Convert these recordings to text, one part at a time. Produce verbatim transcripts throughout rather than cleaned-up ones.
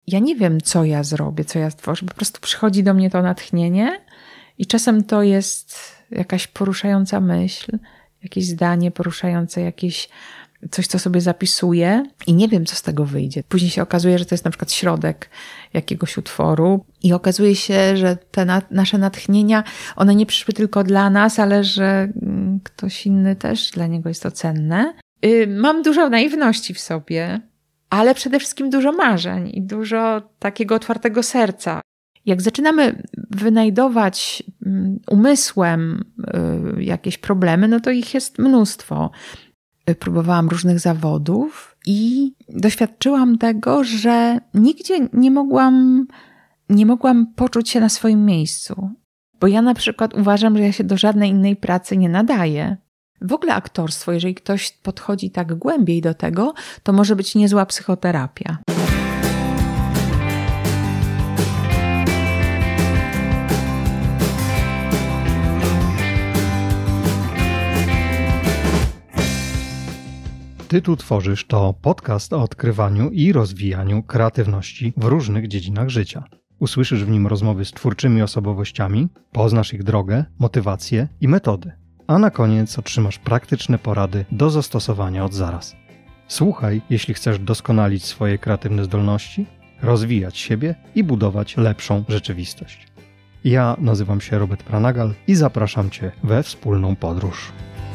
ja nie wiem, co ja zrobię, co ja stworzę. Po prostu przychodzi do mnie to natchnienie i czasem to jest jakaś poruszająca myśl, jakieś zdanie poruszające, jakieś coś, co sobie zapisuję i nie wiem, co z tego wyjdzie. Później się okazuje, że to jest na przykład środek jakiegoś utworu i okazuje się, że te na, nasze natchnienia, one nie przyszły tylko dla nas, ale że ktoś inny też, dla niego jest to cenne. Yy, mam dużo naiwności w sobie, ale przede wszystkim dużo marzeń i dużo takiego otwartego serca. Jak zaczynamy wynajdować umysłem yy, jakieś problemy, no to ich jest mnóstwo. Próbowałam różnych zawodów i doświadczyłam tego, że nigdzie nie mogłam, nie mogłam poczuć się na swoim miejscu. Bo ja na przykład uważam, że ja się do żadnej innej pracy nie nadaję. W ogóle aktorstwo, jeżeli ktoś podchodzi tak głębiej do tego, to może być niezła psychoterapia. Ty tu tworzysz to podcast o odkrywaniu i rozwijaniu kreatywności w różnych dziedzinach życia. Usłyszysz w nim rozmowy z twórczymi osobowościami, poznasz ich drogę, motywacje i metody. A na koniec otrzymasz praktyczne porady do zastosowania od zaraz. Słuchaj, jeśli chcesz doskonalić swoje kreatywne zdolności, rozwijać siebie i budować lepszą rzeczywistość. Ja nazywam się Robert Pranagal i zapraszam Cię we wspólną podróż.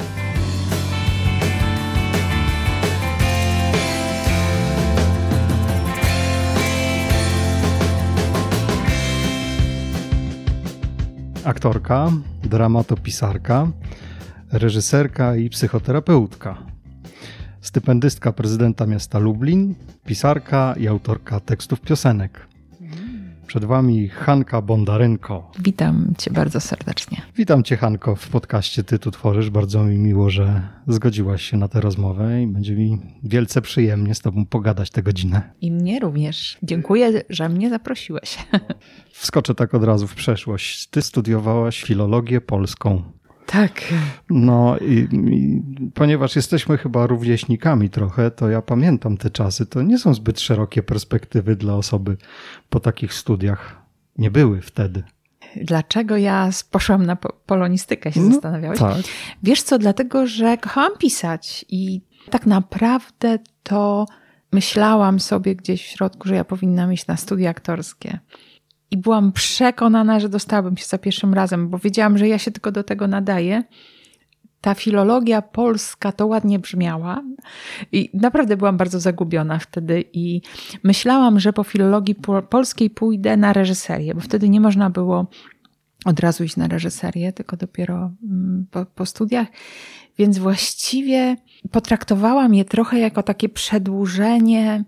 Aktorka, dramatopisarka, reżyserka i psychoterapeutka. Stypendystka prezydenta miasta Lublin, pisarka i autorka tekstów piosenek. Przed Wami Hanka Bondarynko. Witam Cię bardzo serdecznie. Witam Cię, Hanko, w podcaście Ty tu tworzysz. Bardzo mi miło, że zgodziłaś się na tę rozmowę i będzie mi wielce przyjemnie z Tobą pogadać tę godzinę. I mnie również. Dziękuję, że mnie zaprosiłeś. Wskoczę tak od razu w przeszłość. Ty studiowałaś filologię polską. Tak. No i, i ponieważ jesteśmy chyba rówieśnikami trochę, to ja pamiętam te czasy. To nie są zbyt szerokie perspektywy dla osoby po takich studiach. Nie były wtedy. Dlaczego ja poszłam na polonistykę, się no, zastanawiałeś? Tak. Wiesz co, dlatego, że kochałam pisać i tak naprawdę to myślałam sobie gdzieś w środku, że ja powinnam iść na studia aktorskie. I byłam przekonana, że dostałabym się za pierwszym razem, bo wiedziałam, że ja się tylko do tego nadaję. Ta filologia polska to ładnie brzmiała i naprawdę byłam bardzo zagubiona wtedy i myślałam, że po filologii polskiej pójdę na reżyserię, bo wtedy nie można było od razu iść na reżyserię, tylko dopiero po, po studiach. Więc właściwie potraktowałam je trochę jako takie przedłużenie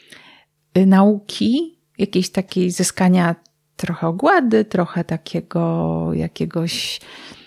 nauki, jakiejś takiej zyskania trochę ogłady, trochę takiego jakiegoś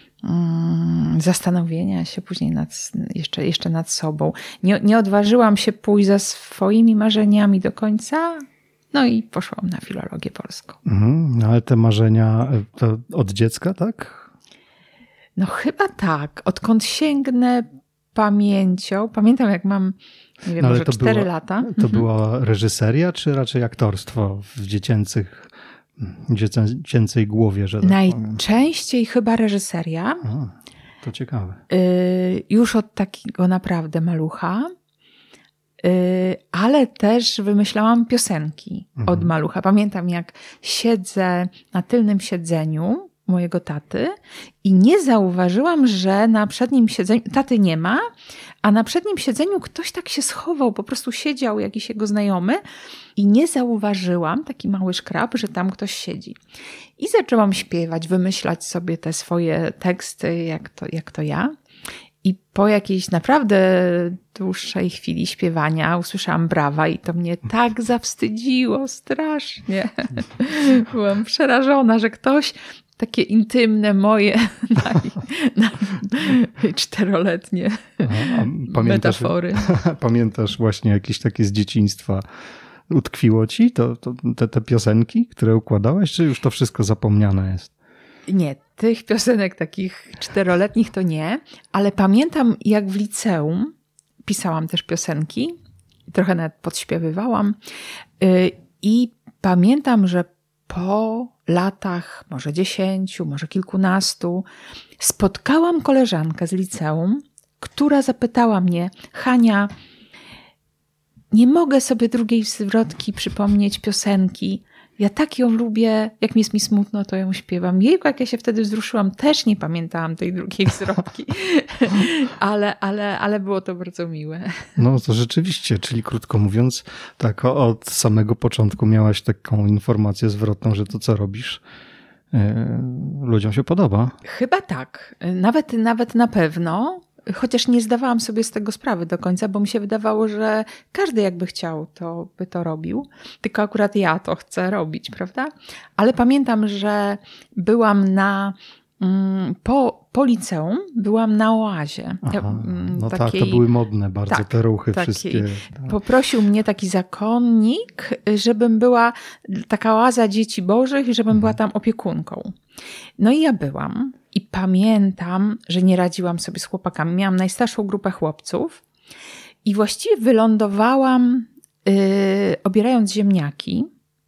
um, zastanowienia się później nad, jeszcze, jeszcze nad sobą. Nie, nie odważyłam się pójść za swoimi marzeniami do końca, no i poszłam na filologię polską. Mhm, ale te marzenia to od dziecka, tak? No chyba tak. Odkąd sięgnę pamięcią, pamiętam jak mam, nie wiem, no, może cztery była, lata. To mhm. była reżyseria, czy raczej aktorstwo w dziecięcych, dziecięcej głowie? Że tak Najczęściej powiem. Chyba reżyseria. A, to ciekawe. Y, już od takiego naprawdę malucha. Y, ale też wymyślałam piosenki mhm. od malucha. Pamiętam jak siedzę na tylnym siedzeniu mojego taty i nie zauważyłam, że na przednim siedzeniu, taty nie ma, a na przednim siedzeniu ktoś tak się schował, po prostu siedział jakiś jego znajomy i nie zauważyłam, taki mały szkrab, że tam ktoś siedzi. I zaczęłam śpiewać, wymyślać sobie te swoje teksty, jak to, jak to ja. I po jakiejś naprawdę dłuższej chwili śpiewania usłyszałam brawa i to mnie tak zawstydziło strasznie. Byłam przerażona, że ktoś takie intymne moje naj, naj, czteroletnie Aha, pamiętasz, metafory. Pamiętasz właśnie jakieś takie z dzieciństwa? Utkwiło ci to, to, te, te piosenki, które układałaś, czy już to wszystko zapomniane jest? Nie, tych piosenek takich czteroletnich to nie, ale pamiętam jak w liceum pisałam też piosenki, trochę nawet podśpiewywałam i pamiętam, że po latach, może dziesięciu, może kilkunastu, spotkałam koleżankę z liceum, która zapytała mnie: Hania, nie mogę sobie drugiej zwrotki przypomnieć piosenki. Ja tak ją lubię, jak mi jest mi smutno, to ją śpiewam. Jejku, jak ja się wtedy wzruszyłam, też nie pamiętałam tej drugiej zwrotki. ale, ale, ale było to bardzo miłe. No to rzeczywiście, czyli krótko mówiąc, tak od samego początku miałaś taką informację zwrotną, że to, co robisz, yy, ludziom się podoba. Chyba tak. Nawet, nawet na pewno. Chociaż nie zdawałam sobie z tego sprawy do końca, bo mi się wydawało, że każdy jakby chciał, to by to robił. Tylko akurat ja to chcę robić, prawda? Ale pamiętam, że byłam na... Po, po liceum byłam na Oazie. Aha, no takiej, tak, to były modne bardzo tak, te ruchy takiej, wszystkie. Tak. Poprosił mnie taki zakonnik, żebym była taka oaza dzieci bożych i żebym hmm. była tam opiekunką. No i ja byłam i pamiętam, że nie radziłam sobie z chłopakami. Miałam najstarszą grupę chłopców i właściwie wylądowałam yy, obierając ziemniaki,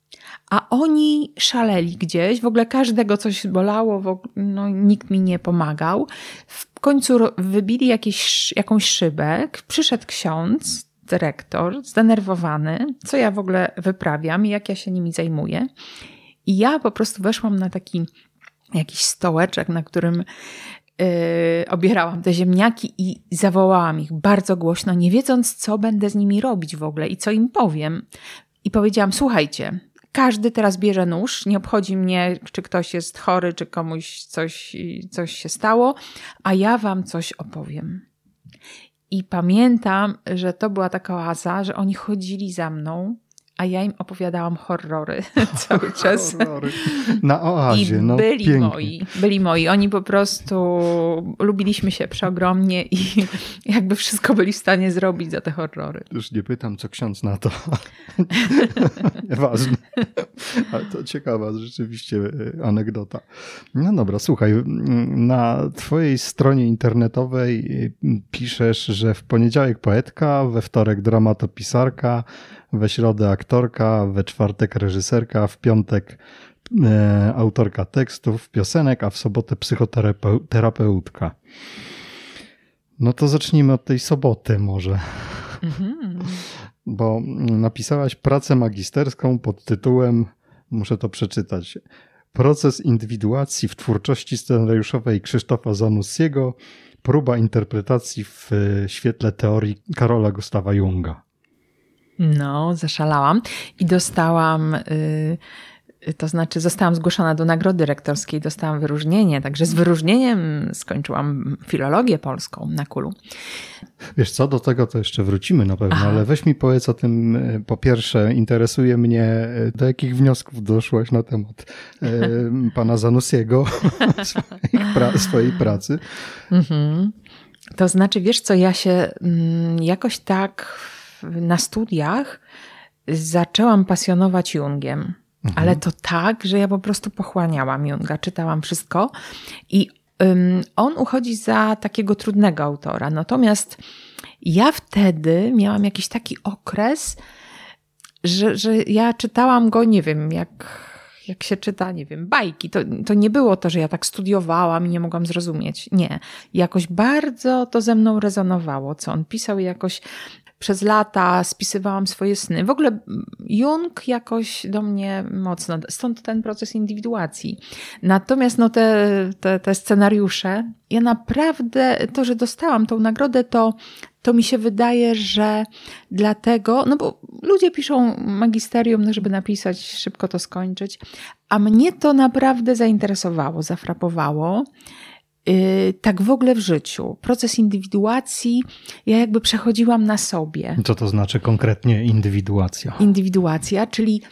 a oni szaleli gdzieś. W ogóle każdego coś bolało, w ogóle, no, nikt mi nie pomagał. W końcu wybili jakieś, jakąś szybę. Przyszedł ksiądz, dyrektor, zdenerwowany, co ja w ogóle wyprawiam i jak ja się nimi zajmuję. I ja po prostu weszłam na taki jakiś stołeczek, na którym yy, obierałam te ziemniaki i zawołałam ich bardzo głośno, nie wiedząc, co będę z nimi robić w ogóle i co im powiem. I powiedziałam: słuchajcie, każdy teraz bierze nóż, nie obchodzi mnie, czy ktoś jest chory, czy komuś coś, coś się stało, a ja wam coś opowiem. I pamiętam, że to była taka oaza, że oni chodzili za mną, a ja im opowiadałam horrory cały czas. Horrory. Na oazie, I no byli pięknie. moi, byli moi. Oni po prostu lubiliśmy się przeogromnie i jakby wszystko byli w stanie zrobić za te horrory. Już nie pytam, co ksiądz na to. Nieważne. Ale to ciekawa rzeczywiście anegdota. No dobra, słuchaj, na twojej stronie internetowej piszesz, że w poniedziałek poetka, we wtorek dramatopisarka, we środę aktorka, we czwartek reżyserka, w piątek e, autorka tekstów, piosenek, a w sobotę psychoterapeutka. No to zacznijmy od tej soboty może. Mm-hmm. Bo napisałaś pracę magisterską pod tytułem, muszę to przeczytać, Proces indywiduacji w twórczości scenariuszowej Krzysztofa Zanussiego, próba interpretacji w świetle teorii Karola Gustawa Junga. No, zaszalałam i dostałam, yy, to znaczy zostałam zgłoszona do nagrody rektorskiej, dostałam wyróżnienie, także z wyróżnieniem skończyłam filologię polską na Kulu. Wiesz co, do tego to jeszcze wrócimy na pewno, Aha. ale weź mi powiedz o tym, po pierwsze interesuje mnie, do jakich wniosków doszłaś na temat e, pana Zanussiego, swoich pra, swojej pracy. Mhm. To znaczy, wiesz co, ja się mm, jakoś tak na studiach zaczęłam pasjonować Jungiem. Mhm. Ale to tak, że ja po prostu pochłaniałam Junga, czytałam wszystko i um, on uchodzi za takiego trudnego autora. Natomiast ja wtedy miałam jakiś taki okres, że, że ja czytałam go, nie wiem, jak, jak się czyta, nie wiem, bajki. To, to nie było to, że ja tak studiowałam i nie mogłam zrozumieć. Nie. Jakoś bardzo to ze mną rezonowało, co on pisał i jakoś przez lata spisywałam swoje sny. W ogóle Jung jakoś do mnie mocno, stąd ten proces indywiduacji. Natomiast no te, te, te scenariusze, ja naprawdę, to, że dostałam tą nagrodę, to, to mi się wydaje, że dlatego, no bo ludzie piszą magisterium, no żeby napisać, szybko to skończyć, a mnie to naprawdę zainteresowało, zafrapowało. Yy, tak w ogóle w życiu. Proces indywiduacji ja jakby przechodziłam na sobie. Co to znaczy konkretnie indywiduacja? Indywiduacja, czyli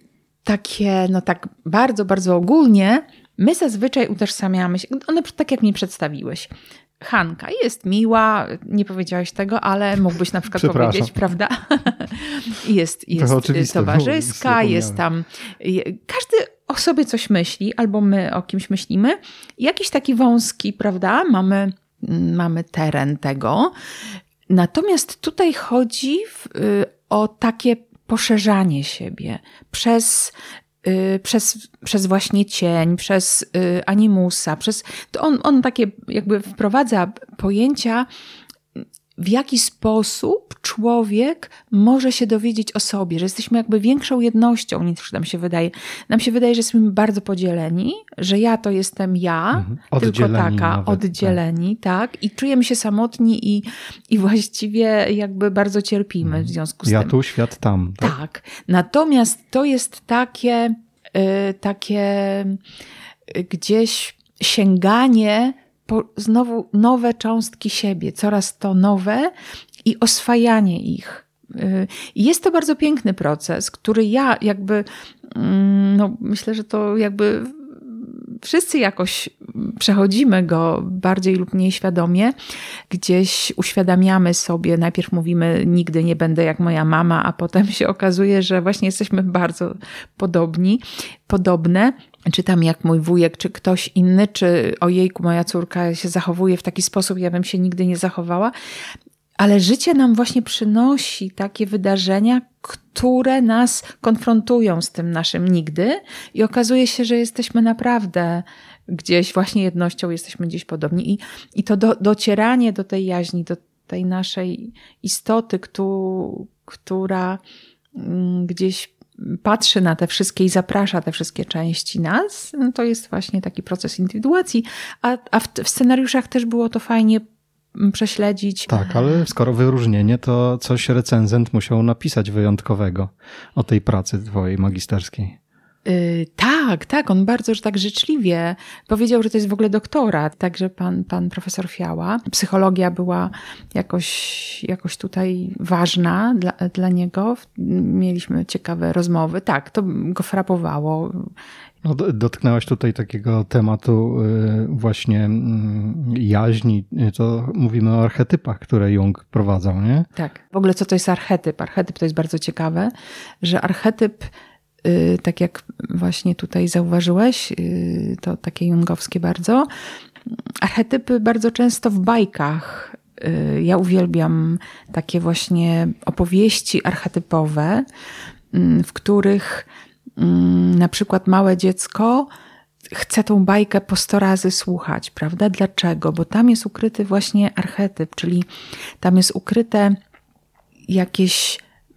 takie, no tak bardzo, bardzo ogólnie, my zazwyczaj utożsamiamy się, one tak jak mi przedstawiłeś. Hanka jest miła, nie powiedziałeś tego, ale mógłbyś na przykład powiedzieć, prawda? jest jest towarzyska, jest tam... Każdy o sobie coś myśli, albo my o kimś myślimy. Jakiś taki wąski, prawda? Mamy, mamy teren tego. Natomiast tutaj chodzi w, o takie poszerzanie siebie przez, yy, przez, przez właśnie cień, przez yy, animusa, przez, to on, on takie jakby wprowadza pojęcia, w jaki sposób człowiek może się dowiedzieć o sobie, że jesteśmy jakby większą jednością niż nam się wydaje. Nam się wydaje, że jesteśmy bardzo podzieleni, że ja to jestem ja, mhm. tylko taka, nawet, oddzieleni, tak. tak. I czujemy się samotni i, i właściwie jakby bardzo cierpimy mhm. w związku z ja tym. Ja tu, świat tam. Tak. tak. Natomiast to jest takie, y, takie y, gdzieś sięganie po znowu nowe cząstki siebie, coraz to nowe i oswajanie ich. Jest to bardzo piękny proces, który ja jakby, no myślę, że to jakby wszyscy jakoś przechodzimy go bardziej lub mniej świadomie. Gdzieś uświadamiamy sobie, najpierw mówimy nigdy nie będę jak moja mama, a potem się okazuje, że właśnie jesteśmy bardzo podobni, podobne. Czy tam jak mój wujek, czy ktoś inny, czy ojejku, moja córka się zachowuje w taki sposób, ja bym się nigdy nie zachowała. Ale życie nam właśnie przynosi takie wydarzenia, które nas konfrontują z tym naszym nigdy i okazuje się, że jesteśmy naprawdę gdzieś właśnie jednością, jesteśmy gdzieś podobni. I, i to do, docieranie do tej jaźni, do tej naszej istoty, któ, która gdzieś patrzy na te wszystkie i zaprasza te wszystkie części nas, no to jest właśnie taki proces indywiduacji. A, a w, w scenariuszach też było to fajnie prześledzić. Tak, ale skoro wyróżnienie, to coś recenzent musiał napisać wyjątkowego o tej pracy twojej magisterskiej. Yy, tak, tak, on bardzo że tak życzliwie powiedział, że to jest w ogóle doktorat, także pan, pan profesor Fiała. Psychologia była jakoś, jakoś tutaj ważna dla, dla niego. Mieliśmy ciekawe rozmowy. Tak, to go frapowało. No, dotknęłaś tutaj takiego tematu właśnie jaźni. To mówimy o archetypach, które Jung prowadzał, nie? Tak. W ogóle co to jest archetyp? Archetyp to jest bardzo ciekawe, że archetyp, tak jak właśnie tutaj zauważyłeś, to takie jungowskie bardzo, archetypy bardzo często w bajkach. Ja uwielbiam takie właśnie opowieści archetypowe, w których na przykład małe dziecko chce tą bajkę po sto razy słuchać, prawda? Dlaczego? Bo tam jest ukryty właśnie archetyp, czyli tam jest ukryte jakieś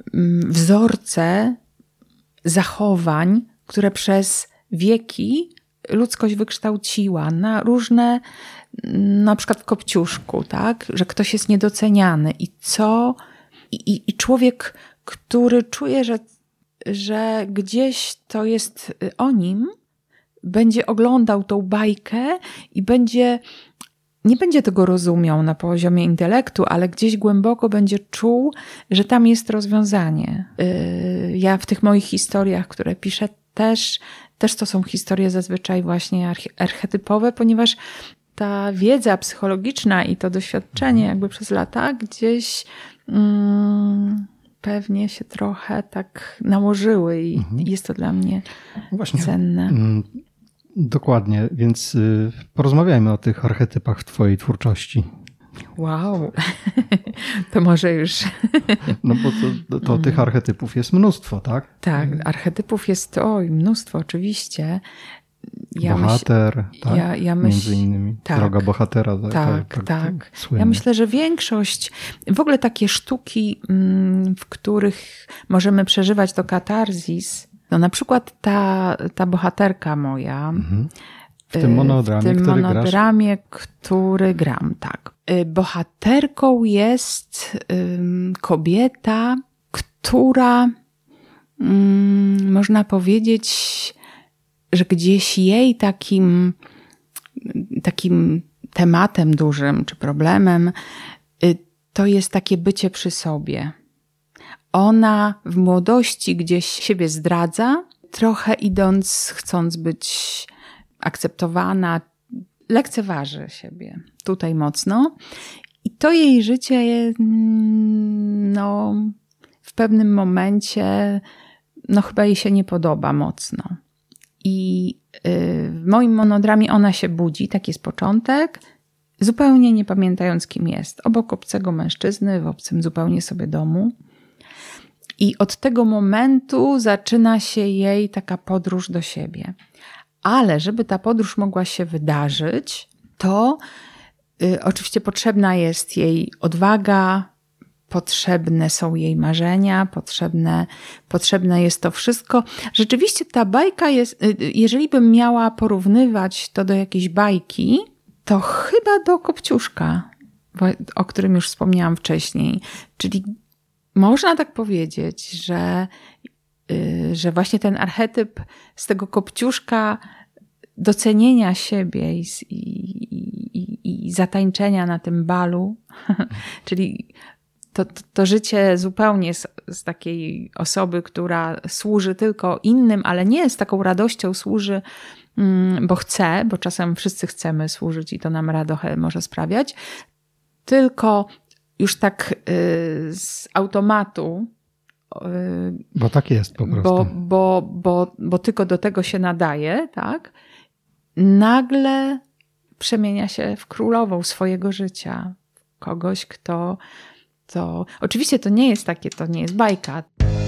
wzorce zachowań, które przez wieki ludzkość wykształciła na różne, na przykład w Kopciuszku, tak? Że ktoś jest niedoceniany i co? I, i człowiek, który czuje, że że gdzieś to jest o nim, będzie oglądał tą bajkę i będzie, nie będzie tego rozumiał na poziomie intelektu, ale gdzieś głęboko będzie czuł, że tam jest rozwiązanie. Ja w tych moich historiach, które piszę, też, też to są historie zazwyczaj właśnie archetypowe, ponieważ ta wiedza psychologiczna i to doświadczenie jakby przez lata gdzieś mm, pewnie się trochę tak nałożyły i mhm. jest to dla mnie Właśnie. cenne. Dokładnie, więc porozmawiajmy o tych archetypach w twojej twórczości. Wow, to może już... No bo to, to tych archetypów jest mnóstwo, tak? Tak, archetypów jest oj, mnóstwo oczywiście. Ja Bohater, myśl, tak? Ja, ja myśl, między innymi. Tak, Droga bohatera. Tak, tak. tak, tak. Ja myślę, że większość, w ogóle takie sztuki, w których możemy przeżywać to katarzis, no na przykład ta, ta bohaterka moja, mhm. w tym monodramie, w tym który monodramie, który gram, tak. Bohaterką jest kobieta, która można powiedzieć, że gdzieś jej takim, takim tematem dużym czy problemem to jest takie bycie przy sobie. Ona w młodości gdzieś siebie zdradza, trochę idąc, chcąc być akceptowana, lekceważy siebie tutaj mocno. I to jej życie no, w pewnym momencie no, chyba jej się nie podoba mocno. I w moim monodramie ona się budzi, taki jest początek, zupełnie nie pamiętając kim jest. Obok obcego mężczyzny, w obcym zupełnie sobie domu. I od tego momentu zaczyna się jej taka podróż do siebie. Ale żeby ta podróż mogła się wydarzyć, to y, oczywiście potrzebna jest jej odwaga, potrzebne są jej marzenia, potrzebne, potrzebne jest to wszystko. Rzeczywiście ta bajka jest, y, jeżeli bym miała porównywać to do jakiejś bajki, to chyba do Kopciuszka, o którym już wspomniałam wcześniej. Czyli można tak powiedzieć, że, yy, że właśnie ten archetyp z tego Kopciuszka docenienia siebie i, i, i, i zatańczenia na tym balu, czyli to, to, to życie zupełnie z, z takiej osoby, która służy tylko innym, ale nie z taką radością służy, mm, bo chce, bo czasem wszyscy chcemy służyć i to nam radochę może sprawiać, tylko już tak y, z automatu. Y, bo tak jest po prostu. Bo, bo, bo, bo tylko do tego się nadaje, tak? Nagle przemienia się w królową swojego życia. Kogoś, kto to... Oczywiście to nie jest takie, to nie jest bajka.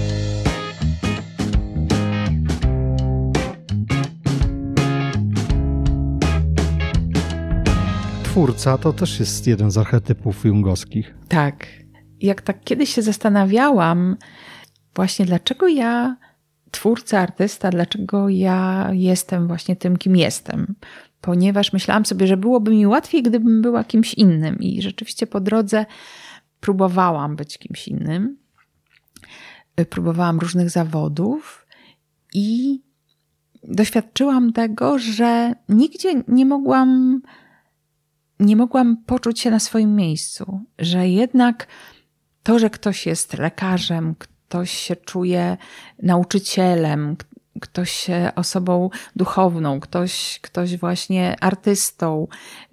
Twórca to też jest jeden z archetypów jungowskich. Tak. Jak tak kiedyś się zastanawiałam, właśnie dlaczego ja, twórca, artysta, dlaczego ja jestem właśnie tym, kim jestem. Ponieważ myślałam sobie, że byłoby mi łatwiej, gdybym była kimś innym. I rzeczywiście po drodze próbowałam być kimś innym. Próbowałam różnych zawodów i doświadczyłam tego, że nigdzie nie mogłam... nie mogłam poczuć się na swoim miejscu, że jednak to, że ktoś jest lekarzem, ktoś się czuje nauczycielem, ktoś się osobą duchowną, ktoś, ktoś właśnie artystą,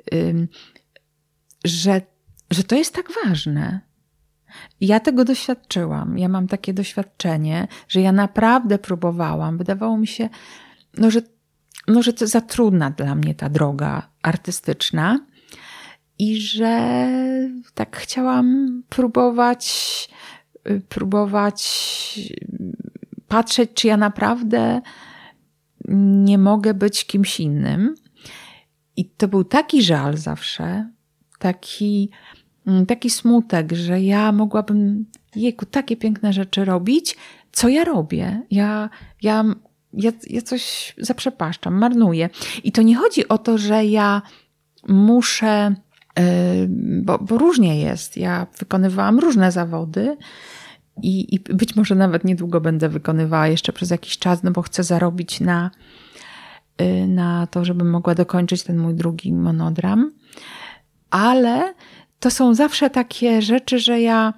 że, że to jest tak ważne. Ja tego doświadczyłam. Ja mam takie doświadczenie, że ja naprawdę próbowałam. Wydawało mi się, no, że, no, że to za trudna dla mnie ta droga artystyczna. I że tak chciałam próbować, próbować patrzeć, czy ja naprawdę nie mogę być kimś innym. I to był taki żal zawsze, taki, taki smutek, że ja mogłabym, jejku, takie piękne rzeczy robić, co ja robię. Ja, ja, ja, ja coś zaprzepaszczam, marnuję. I to nie chodzi o to, że ja muszę... Bo, bo różnie jest. Ja wykonywałam różne zawody i, i być może nawet niedługo będę wykonywała jeszcze przez jakiś czas, no bo chcę zarobić na, na to, żebym mogła dokończyć ten mój drugi monodram. Ale to są zawsze takie rzeczy, że ja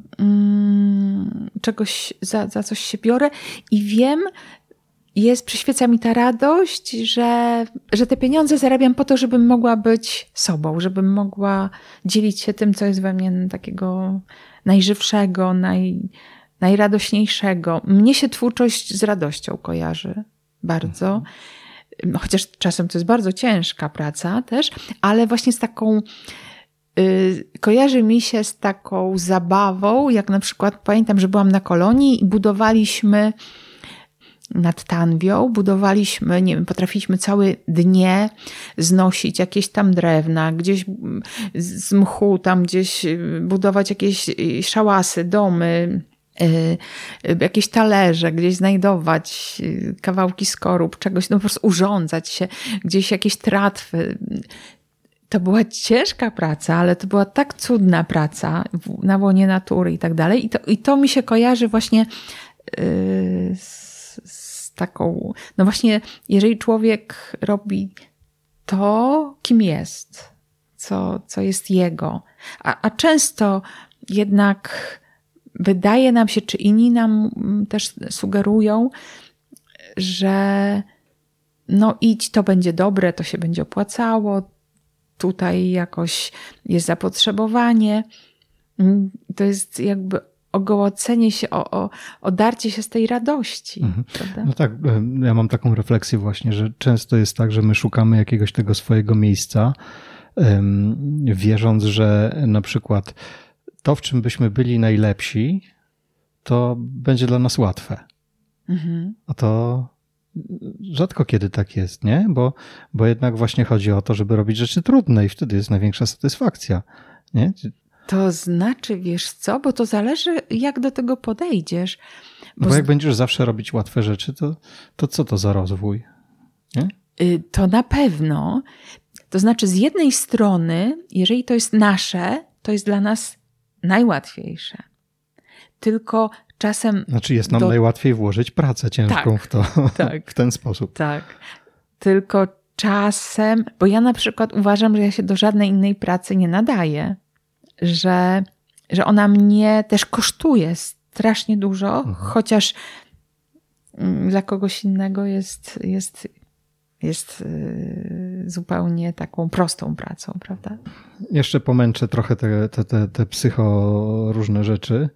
mm, czegoś, za, za coś się biorę i wiem, jest, przyświeca mi ta radość, że, że te pieniądze zarabiam po to, żebym mogła być sobą, żebym mogła dzielić się tym, co jest we mnie takiego najżywszego, naj, najradośniejszego. Mnie się twórczość z radością kojarzy bardzo. Chociaż czasem to jest bardzo ciężka praca też, ale właśnie z taką yy, kojarzy mi się z taką zabawą, jak na przykład pamiętam, że byłam na kolonii i budowaliśmy nad Tanwią, budowaliśmy, nie wiem, potrafiliśmy całe dnie znosić jakieś tam drewna, gdzieś z mchu tam gdzieś budować jakieś szałasy, domy, jakieś talerze, gdzieś znajdować kawałki skorup, czegoś, no po prostu urządzać się, gdzieś jakieś tratwy. To była ciężka praca, ale to była tak cudna praca na łonie natury i tak dalej. I to, i to mi się kojarzy właśnie yy, z z taką, no właśnie, jeżeli człowiek robi to, kim jest, co, co jest jego, a, a często jednak wydaje nam się, czy inni nam też sugerują, że no idź, to będzie dobre, to się będzie opłacało, tutaj jakoś jest zapotrzebowanie. To jest jakby ogołocenie się, o, o, odarcie się z tej radości. Mhm. Prawda? No tak, ja mam taką refleksję właśnie, że często jest tak, że my szukamy jakiegoś tego swojego miejsca, wierząc, że na przykład to, w czym byśmy byli najlepsi, to będzie dla nas łatwe. Mhm. A to rzadko kiedy tak jest, nie? Bo, bo jednak właśnie chodzi o to, żeby robić rzeczy trudne i wtedy jest największa satysfakcja, nie? To znaczy, wiesz co, bo to zależy, jak do tego podejdziesz. Bo, bo jak z... będziesz zawsze robić łatwe rzeczy, to, to co to za rozwój? Nie? To na pewno. To znaczy, z jednej strony, jeżeli to jest nasze, to jest dla nas najłatwiejsze. Tylko czasem... Znaczy jest nam do... najłatwiej włożyć pracę ciężką tak, w to, tak, w ten sposób. Tak. Tylko czasem, bo ja na przykład uważam, że ja się do żadnej innej pracy nie nadaję. Że, że ona mnie też kosztuje strasznie dużo, mhm. chociaż dla kogoś innego jest, jest, jest zupełnie taką prostą pracą, prawda? Jeszcze pomęczę trochę te, te, te, te psycho różne rzeczy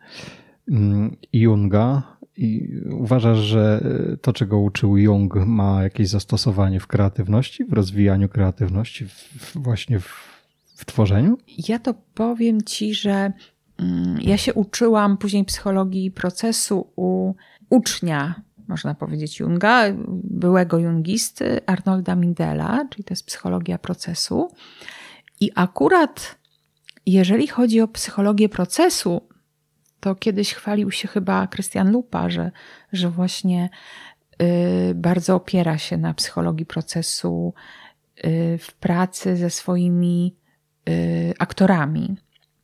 Junga i uważasz, że to, czego uczył Jung, ma jakieś zastosowanie w kreatywności, w rozwijaniu kreatywności, w, właśnie w w tworzeniu? Ja to powiem ci, że ja się uczyłam później psychologii procesu u ucznia, można powiedzieć, Junga, byłego jungisty Arnolda Mindela, czyli to jest psychologia procesu. I akurat jeżeli chodzi o psychologię procesu, to kiedyś chwalił się chyba Krystian Lupa, że, że właśnie y, bardzo opiera się na psychologii procesu y, w pracy ze swoimi y, aktorami.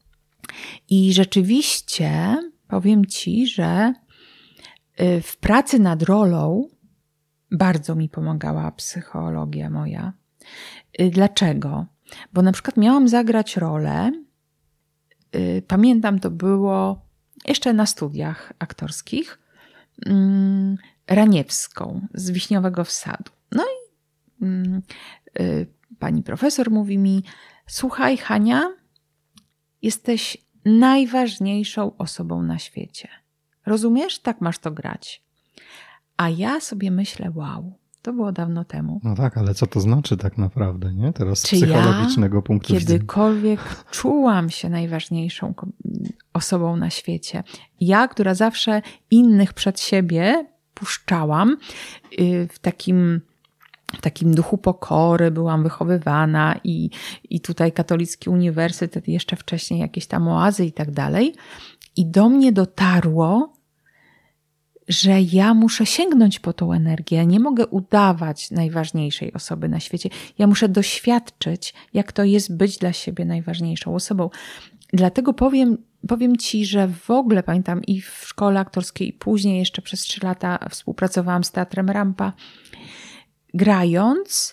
I rzeczywiście powiem ci, że y, w pracy nad rolą bardzo mi pomagała psychologia moja. Y, dlaczego? Bo na przykład miałam zagrać rolę, y, pamiętam to było jeszcze na studiach aktorskich, y, Raniewską z Wiśniowego Wsadu. No i y, y, pani profesor mówi mi: słuchaj, Hania, jesteś najważniejszą osobą na świecie. Rozumiesz? Tak masz to grać. A ja sobie myślę, wow, to było dawno temu. No tak, ale co to znaczy tak naprawdę, nie? Teraz z Czy psychologicznego ja punktu widzenia. kiedykolwiek czułam się najważniejszą osobą na świecie. Ja, która zawsze innych przed siebie puszczałam w takim w takim duchu pokory byłam wychowywana i, i tutaj katolicki uniwersytet, jeszcze wcześniej jakieś tam oazy i tak dalej. I do mnie dotarło, że ja muszę sięgnąć po tą energię. Nie mogę udawać najważniejszej osoby na świecie. Ja muszę doświadczyć, jak to jest być dla siebie najważniejszą osobą. Dlatego powiem, powiem ci, że w ogóle pamiętam i w szkole aktorskiej, i później jeszcze przez trzy lata współpracowałam z Teatrem Rampa. Grając,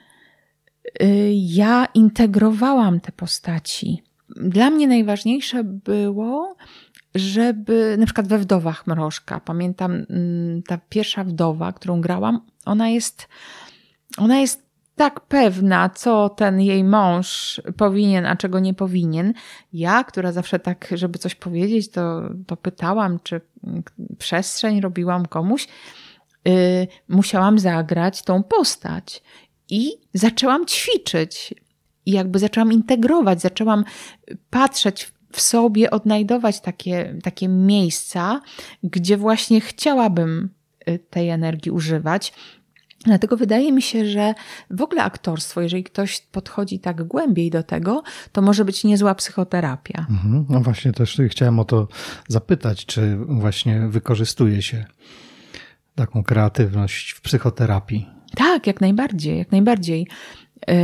ja integrowałam te postaci. Dla mnie najważniejsze było, żeby na przykład we Wdowach Mrożka, pamiętam ta pierwsza wdowa, którą grałam, ona jest, ona jest tak pewna, co ten jej mąż powinien, a czego nie powinien. Ja, która zawsze tak, żeby coś powiedzieć, to, to pytałam, czy przestrzeń robiłam komuś, Yy, musiałam zagrać tą postać i zaczęłam ćwiczyć i jakby zaczęłam integrować, zaczęłam patrzeć w sobie, odnajdować takie, takie miejsca, gdzie właśnie chciałabym tej energii używać. Dlatego wydaje mi się, że w ogóle aktorstwo, jeżeli ktoś podchodzi tak głębiej do tego, to może być niezła psychoterapia. Mhm. No właśnie, też chciałem o to zapytać, czy właśnie wykorzystuje się taką kreatywność w psychoterapii. Tak, jak najbardziej, jak najbardziej. Yy,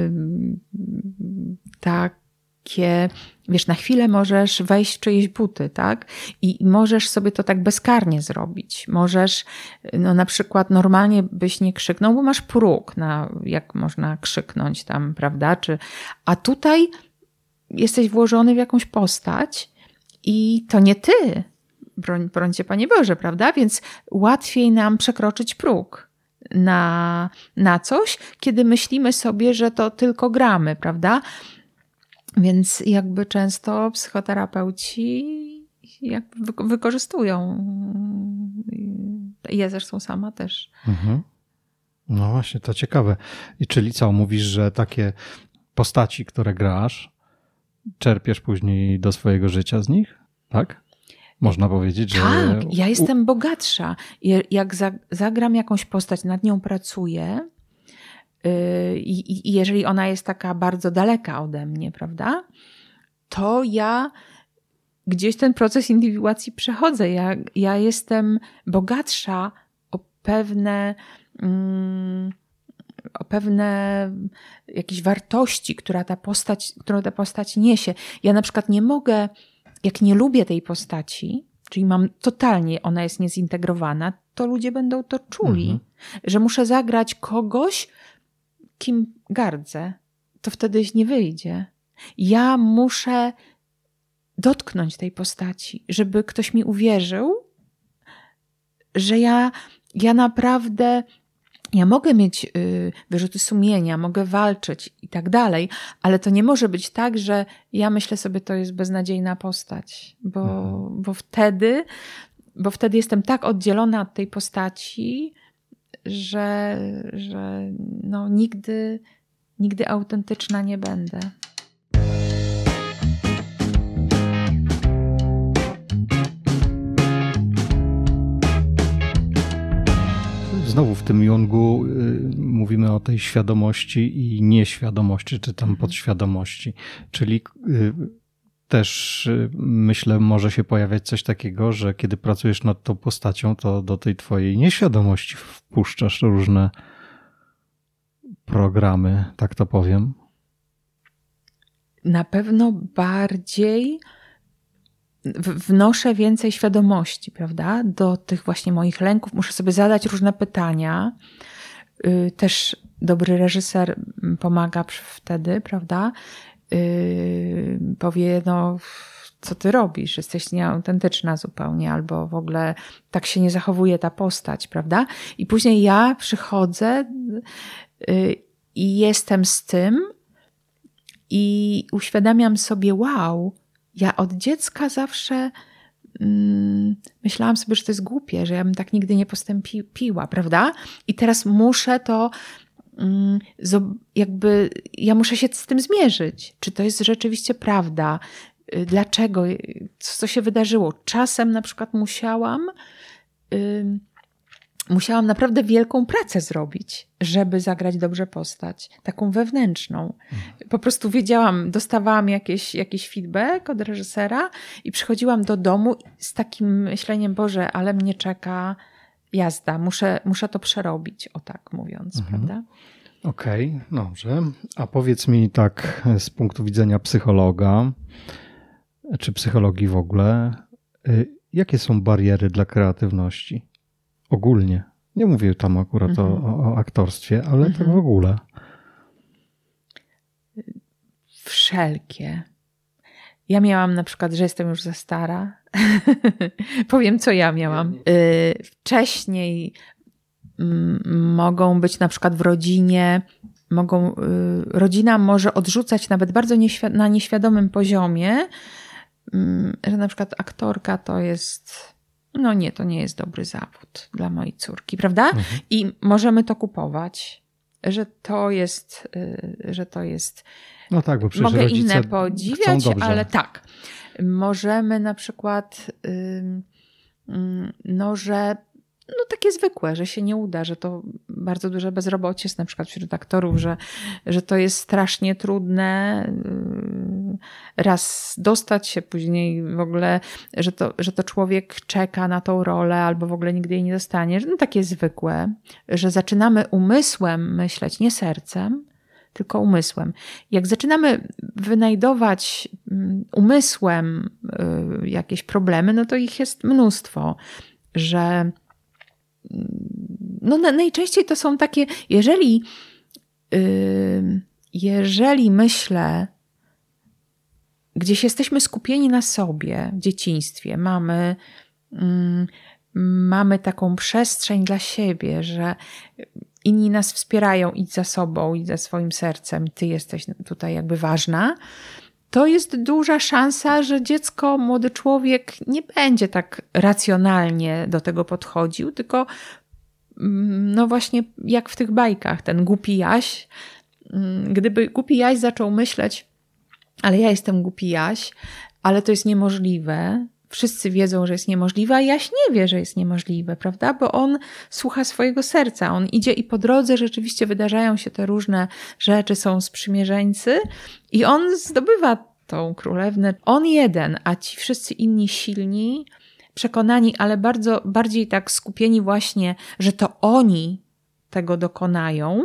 takie, wiesz, na chwilę możesz wejść w czyjeś buty, tak? I możesz sobie to tak bezkarnie zrobić. Możesz, no na przykład normalnie byś nie krzyknął, bo masz próg, na jak można krzyknąć tam, prawda? Czy, a tutaj jesteś włożony w jakąś postać i to nie ty. Broń, broń cię, Panie Boże, prawda? Więc łatwiej nam przekroczyć próg na, na coś, kiedy myślimy sobie, że to tylko gramy, prawda? Więc jakby często psychoterapeuci jakby wykorzystują. Ja zresztą sama też. Mhm. No właśnie, to ciekawe. I czyli co, mówisz, że takie postaci, które grasz, czerpiesz później do swojego życia z nich, tak? Można powiedzieć, że... Tak, ja jestem bogatsza. Jak zagram jakąś postać, nad nią pracuję i jeżeli ona jest taka bardzo daleka ode mnie, prawda, to ja gdzieś ten proces indywiduacji przechodzę. Ja, ja jestem bogatsza o pewne... Mm, o pewne jakieś wartości, która ta postać, którą ta postać niesie. Ja na przykład nie mogę, jak nie lubię tej postaci, czyli mam totalnie, ona jest niezintegrowana, to ludzie będą to czuli, mhm. że muszę zagrać kogoś, kim gardzę. To wtedy nie wyjdzie. Ja muszę dotknąć tej postaci, żeby ktoś mi uwierzył, że ja, ja naprawdę... Ja mogę mieć y, wyrzuty sumienia, mogę walczyć i tak dalej, ale to nie może być tak, że ja myślę sobie, to jest beznadziejna postać, bo, mhm. bo wtedy, bo wtedy jestem tak oddzielona od tej postaci, że, że no, nigdy, nigdy autentyczna nie będę. Znowu w tym Jungu y, mówimy o tej świadomości i nieświadomości, czy tam podświadomości. Czyli y, też y, myślę, może się pojawiać coś takiego, że kiedy pracujesz nad tą postacią, to do tej twojej nieświadomości wpuszczasz różne programy, tak to powiem. Na pewno bardziej wnoszę więcej świadomości, prawda, do tych właśnie moich lęków. Muszę sobie zadać różne pytania. Też dobry reżyser pomaga wtedy, prawda, powie, no co ty robisz, jesteś nieautentyczna zupełnie, albo w ogóle tak się nie zachowuje ta postać, prawda. I później ja przychodzę i jestem z tym i uświadamiam sobie, wow, ja od dziecka zawsze mm, myślałam sobie, że to jest głupie, że ja bym tak nigdy nie postąpiła, prawda? I teraz muszę to mm, jakby, ja muszę się z tym zmierzyć. Czy to jest rzeczywiście prawda? Dlaczego? Co się wydarzyło? Czasem na przykład musiałam y, musiałam naprawdę wielką pracę zrobić, żeby zagrać dobrze postać. Taką wewnętrzną. Po prostu wiedziałam, dostawałam jakieś, jakiś feedback od reżysera i przychodziłam do domu z takim myśleniem, Boże, ale mnie czeka jazda. Muszę, muszę to przerobić, o tak mówiąc, mhm. prawda? Okej, okay, dobrze. A powiedz mi tak z punktu widzenia psychologa, czy psychologii w ogóle, jakie są bariery dla kreatywności? Ogólnie. Nie mówię tam akurat mhm. o, o aktorstwie, ale mhm. tak w ogóle. Wszelkie. Ja miałam na przykład, że jestem już za stara. Powiem, co ja miałam. Y, wcześniej m, mogą być na przykład w rodzinie, mogą, y, rodzina może odrzucać nawet bardzo nieświ- na nieświadomym poziomie, y, że na przykład aktorka to jest... No nie, to nie jest dobry zawód dla mojej córki, prawda? Mhm. I możemy to kupować, że to jest, że to jest... No tak, bo przecież mogę rodzice inne podziwiać, ale tak. Możemy na przykład, no że no takie zwykłe, że się nie uda, że to bardzo duże bezrobocie jest na przykład wśród aktorów, że, że to jest strasznie trudne raz dostać się, później w ogóle, że to, że to człowiek czeka na tą rolę albo w ogóle nigdy jej nie dostanie. No takie zwykłe, że zaczynamy umysłem myśleć, nie sercem, tylko umysłem. Jak zaczynamy wynajdować umysłem jakieś problemy, no to ich jest mnóstwo, że no najczęściej to są takie, jeżeli yy, jeżeli myślę, gdzieś jesteśmy skupieni na sobie w dzieciństwie, mamy, yy, mamy taką przestrzeń dla siebie, że inni nas wspierają, idź za sobą, idź za swoim sercem, ty jesteś tutaj jakby ważna, to jest duża szansa, że dziecko, młody człowiek nie będzie tak racjonalnie do tego podchodził, tylko no właśnie jak w tych bajkach, ten głupi Jaś. Gdyby głupi Jaś zaczął myśleć, ale ja jestem głupi Jaś, ale to jest niemożliwe, wszyscy wiedzą, że jest niemożliwe, a Jaś nie wie, że jest niemożliwe, prawda? Bo on słucha swojego serca. On idzie i po drodze rzeczywiście wydarzają się te różne rzeczy, są sprzymierzeńcy i on zdobywa tą królewnę. On jeden, a ci wszyscy inni silni, przekonani, ale bardzo, bardziej tak skupieni właśnie, że to oni tego dokonają,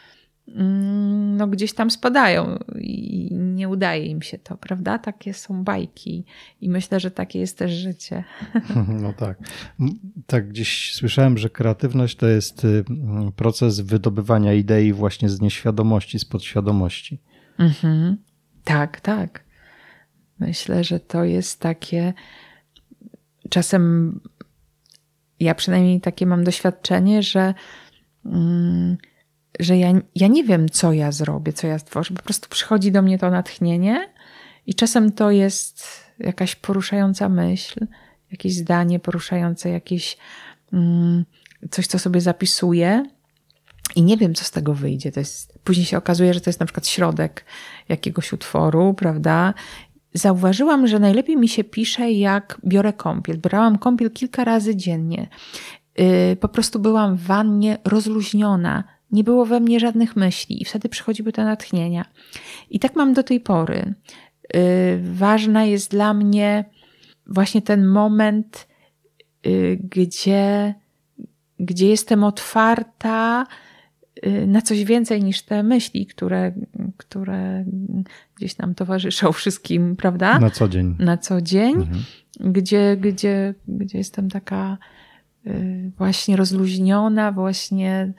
no gdzieś tam spadają i nie udaje im się to, prawda? Takie są bajki i myślę, że takie jest też życie. No tak. Tak gdzieś słyszałem, że kreatywność to jest proces wydobywania idei właśnie z nieświadomości, z podświadomości. Mhm. Tak, tak. Myślę, że to jest takie czasem ja przynajmniej takie mam doświadczenie, że mm, że ja, ja nie wiem, co ja zrobię, co ja stworzę. Po prostu przychodzi do mnie to natchnienie i czasem to jest jakaś poruszająca myśl, jakieś zdanie poruszające, jakieś mm, coś, co sobie zapisuję i nie wiem, co z tego wyjdzie. To jest, później się okazuje, że to jest na przykład środek jakiegoś utworu, prawda? Zauważyłam, że najlepiej mi się pisze, jak biorę kąpiel. Brałam kąpiel kilka razy dziennie. Yy, po prostu byłam w wannie rozluźniona. Nie było we mnie żadnych myśli i wtedy przychodziły te natchnienia. I tak mam do tej pory. Yy, ważna jest dla mnie właśnie ten moment, yy, gdzie, gdzie jestem otwarta yy, na coś więcej niż te myśli, które, które gdzieś nam towarzyszą wszystkim, prawda? Na co dzień. Na co dzień, mhm. gdzie, gdzie, gdzie jestem taka yy, właśnie rozluźniona, właśnie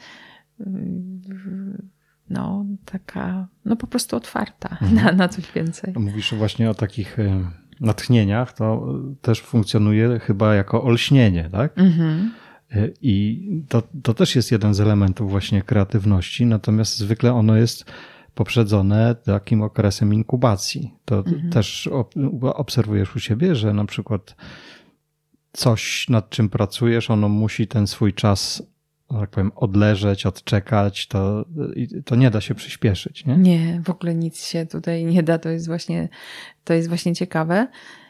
no taka, no po prostu otwarta mhm. na, na coś więcej. Mówisz właśnie o takich natchnieniach, to też funkcjonuje chyba jako olśnienie, tak? Mhm. I to, to też jest jeden z elementów właśnie kreatywności, natomiast zwykle ono jest poprzedzone takim okresem inkubacji. To mhm. też obserwujesz u siebie, że na przykład coś, nad czym pracujesz, ono musi ten swój czas, tak powiem, odleżeć, odczekać, to, to nie da się przyspieszyć, nie? Nie, w ogóle nic się tutaj nie da. To jest właśnie, to jest właśnie ciekawe,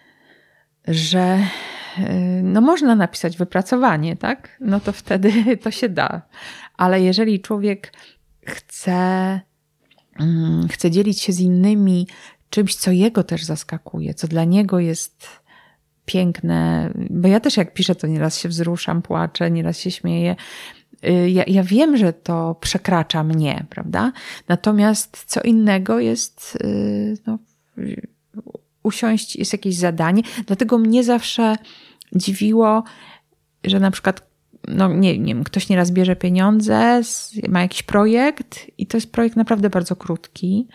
że no można napisać wypracowanie, tak? No to wtedy to się da. Ale jeżeli człowiek chce, chce dzielić się z innymi czymś, co jego też zaskakuje, co dla niego jest piękne, bo ja też jak piszę, to nieraz się wzruszam, płaczę, nieraz się śmieję. Ja, ja wiem, że to przekracza mnie, prawda? Natomiast co innego jest no, usiąść, jest jakieś zadanie. Dlatego mnie zawsze dziwiło, że na przykład no nie, nie wiem, ktoś nieraz bierze pieniądze, ma jakiś projekt i to jest projekt naprawdę bardzo krótki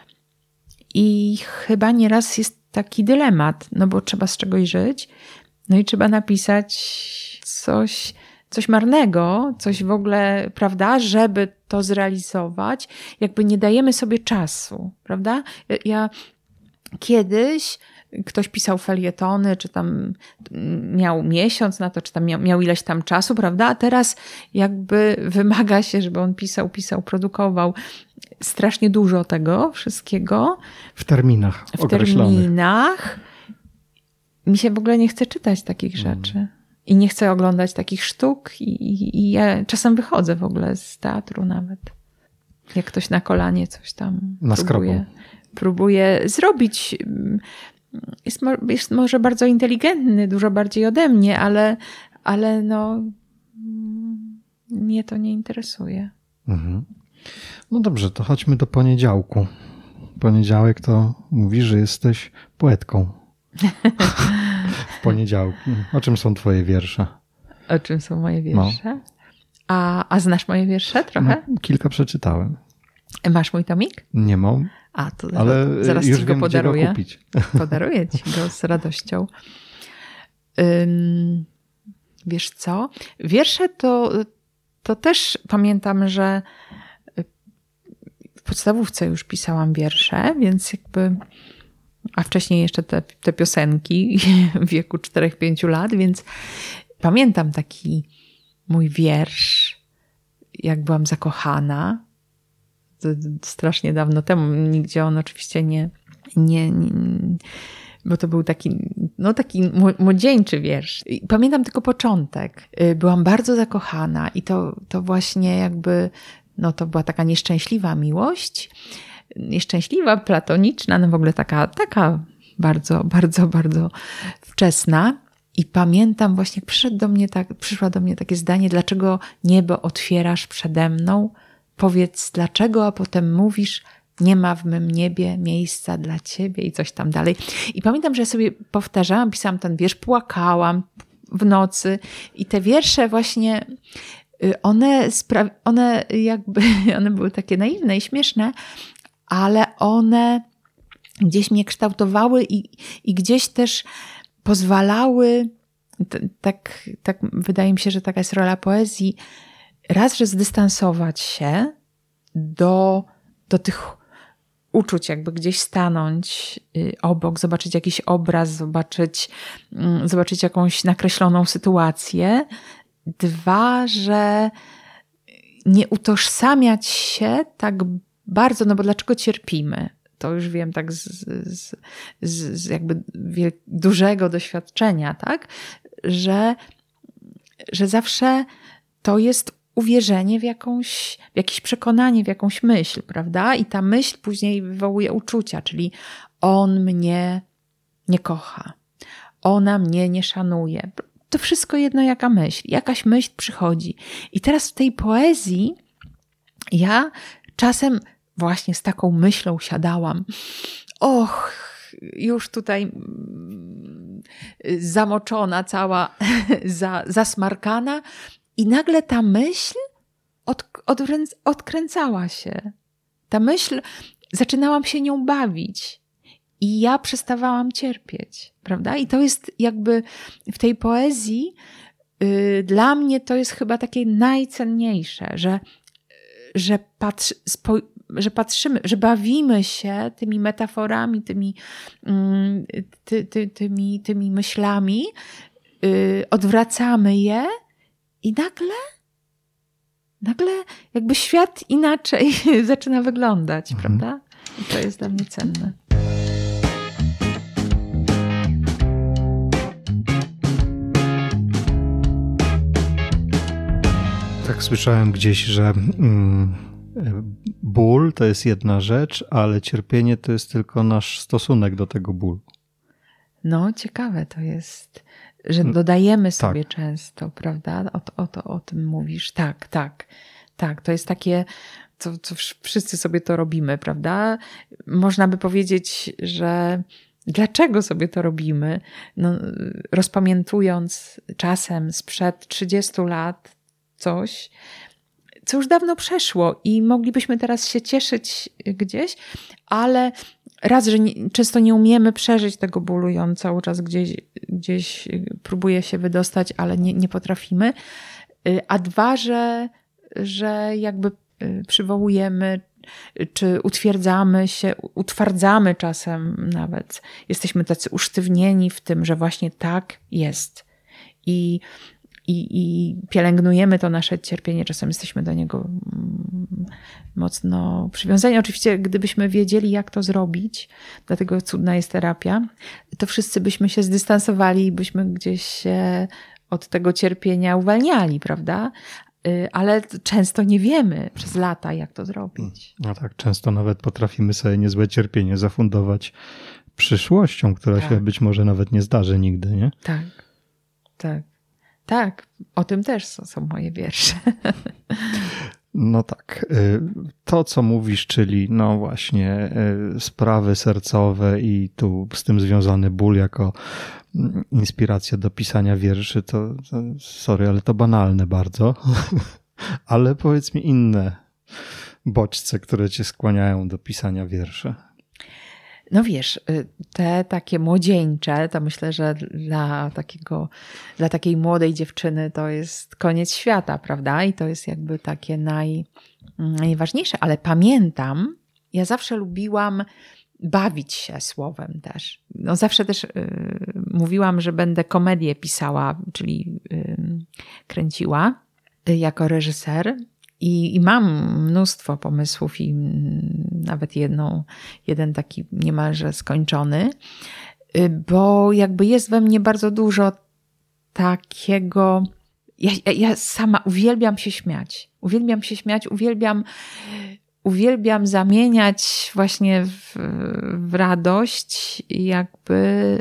i chyba nieraz jest taki dylemat, no bo trzeba z czegoś żyć, no i trzeba napisać coś, coś marnego, coś w ogóle, prawda, żeby to zrealizować, jakby nie dajemy sobie czasu, prawda? Ja, ja kiedyś ktoś pisał felietony, czy tam miał miesiąc na to, czy tam miał, miał ileś tam czasu, prawda? A teraz jakby wymaga się, żeby on pisał, pisał, produkował strasznie dużo tego wszystkiego. W terminach W terminach. Mi się w ogóle nie chce czytać takich rzeczy. Mm. I nie chcę oglądać takich sztuk i, i, i ja czasem wychodzę w ogóle z teatru nawet. Jak ktoś na kolanie coś tam na próbuje, próbuje zrobić. Jest, mo- jest może bardzo inteligentny, dużo bardziej ode mnie, ale, ale no mnie to nie interesuje. Mhm. No dobrze, to chodźmy do poniedziałku. Poniedziałek to mówi, że jesteś poetką. W poniedziałku. O czym są twoje wiersze? O czym są moje wiersze? No. A, a znasz moje wiersze trochę? No, kilka przeczytałem. Masz mój tomik? Nie mam. A, to ale zaraz już ci go wiem, podaruję. gdzie go kupić. Podaruję ci go z radością. Ym, wiesz co? Wiersze to, to też pamiętam, że w podstawówce już pisałam wiersze, więc jakby, a wcześniej jeszcze te, te piosenki w wieku czterech pięciu lat, więc pamiętam taki mój wiersz, jak byłam zakochana. To strasznie dawno temu, nigdzie on oczywiście nie, nie, nie bo to był taki, no taki młodzieńczy wiersz. I pamiętam tylko początek. Byłam bardzo zakochana i to, to właśnie jakby, no to była taka nieszczęśliwa miłość. Nieszczęśliwa, platoniczna, no w ogóle taka, taka bardzo, bardzo, bardzo wczesna. I pamiętam właśnie, jak przyszedł do mnie tak, przyszło do mnie takie zdanie, dlaczego niebo otwierasz przede mną? Powiedz dlaczego, a potem mówisz, nie ma w mym niebie miejsca dla ciebie i coś tam dalej. I pamiętam, że ja sobie powtarzałam, pisałam ten wiersz, płakałam w nocy i te wiersze właśnie, one, spra- one jakby, one były takie naiwne i śmieszne, ale one gdzieś mnie kształtowały i, i gdzieś też pozwalały, t- tak, tak wydaje mi się, że taka jest rola poezji, raz, że zdystansować się do, do tych uczuć, jakby gdzieś stanąć obok, zobaczyć jakiś obraz, zobaczyć, zobaczyć jakąś nakreśloną sytuację. Dwa, że nie utożsamiać się tak bardzo, no bo dlaczego cierpimy? To już wiem tak z, z, z, z jakby wiel- dużego doświadczenia, tak? Że, że zawsze to jest uwierzenie w jakąś, w jakieś przekonanie, w jakąś myśl, prawda? I ta myśl później wywołuje uczucia, czyli on mnie nie kocha, ona mnie nie szanuje. To wszystko jedno jaka myśl, jakaś myśl przychodzi. I teraz w tej poezji ja czasem właśnie z taką myślą siadałam. Och, już tutaj zamoczona, cała za, zasmarkana. I nagle ta myśl od, odkręc, odkręcała się. Ta myśl, zaczynałam się nią bawić. I ja przestawałam cierpieć, prawda? I to jest jakby w tej poezji yy, dla mnie to jest chyba takie najcenniejsze, że, że, patrzy, spo, że patrzymy, że bawimy się tymi metaforami, tymi, yy, ty, ty, tymi, tymi myślami, yy, odwracamy je i nagle, nagle jakby świat inaczej zaczyna wyglądać, mhm. prawda? I to jest dla mnie cenne. Tak słyszałem gdzieś, że mm, ból to jest jedna rzecz, ale cierpienie to jest tylko nasz stosunek do tego bólu. No, ciekawe to jest, że dodajemy sobie tak. często, prawda? O, o, o, o tym mówisz. Tak, tak, tak. To jest takie, co, co wszyscy sobie to robimy, prawda? Można by powiedzieć, że dlaczego sobie to robimy? No, rozpamiętując czasem sprzed trzydziestu lat coś, co już dawno przeszło i moglibyśmy teraz się cieszyć gdzieś, ale raz, że nie, często nie umiemy przeżyć tego bólu i on cały czas gdzieś, gdzieś próbuje się wydostać, ale nie, nie potrafimy. A dwa, że, że jakby przywołujemy, czy utwierdzamy się, utwardzamy czasem nawet. Jesteśmy tacy usztywnieni w tym, że właśnie tak jest. I I, I pielęgnujemy to nasze cierpienie, czasem jesteśmy do niego mocno przywiązani. Oczywiście, gdybyśmy wiedzieli, jak to zrobić, dlatego cudna jest terapia, to wszyscy byśmy się zdystansowali i byśmy gdzieś się od tego cierpienia uwalniali, prawda? Ale często nie wiemy przez lata, jak to zrobić. No tak, często nawet potrafimy sobie niezłe cierpienie zafundować przyszłością, która tak. się być może nawet nie zdarzy nigdy, nie? Tak, tak. Tak, o tym też są, są moje wiersze. No tak, to co mówisz, czyli no właśnie sprawy sercowe i tu z tym związany ból jako inspiracja do pisania wierszy, to, to sorry, ale to banalne bardzo, ale powiedz mi inne bodźce, które cię skłaniają do pisania wierszy. No wiesz, te takie młodzieńcze, to myślę, że dla takiego, dla takiej młodej dziewczyny to jest koniec świata, prawda? I to jest jakby takie naj, najważniejsze. Ale pamiętam, ja zawsze lubiłam bawić się słowem też. No zawsze też yy, mówiłam, że będę komedię pisała, czyli yy, kręciła yy, jako reżyser. I, I mam mnóstwo pomysłów i nawet jedną, jeden taki niemalże skończony. bo jakby jest we mnie bardzo dużo takiego... Ja, ja sama uwielbiam się śmiać. Uwielbiam się śmiać, uwielbiam, uwielbiam zamieniać właśnie w, w radość jakby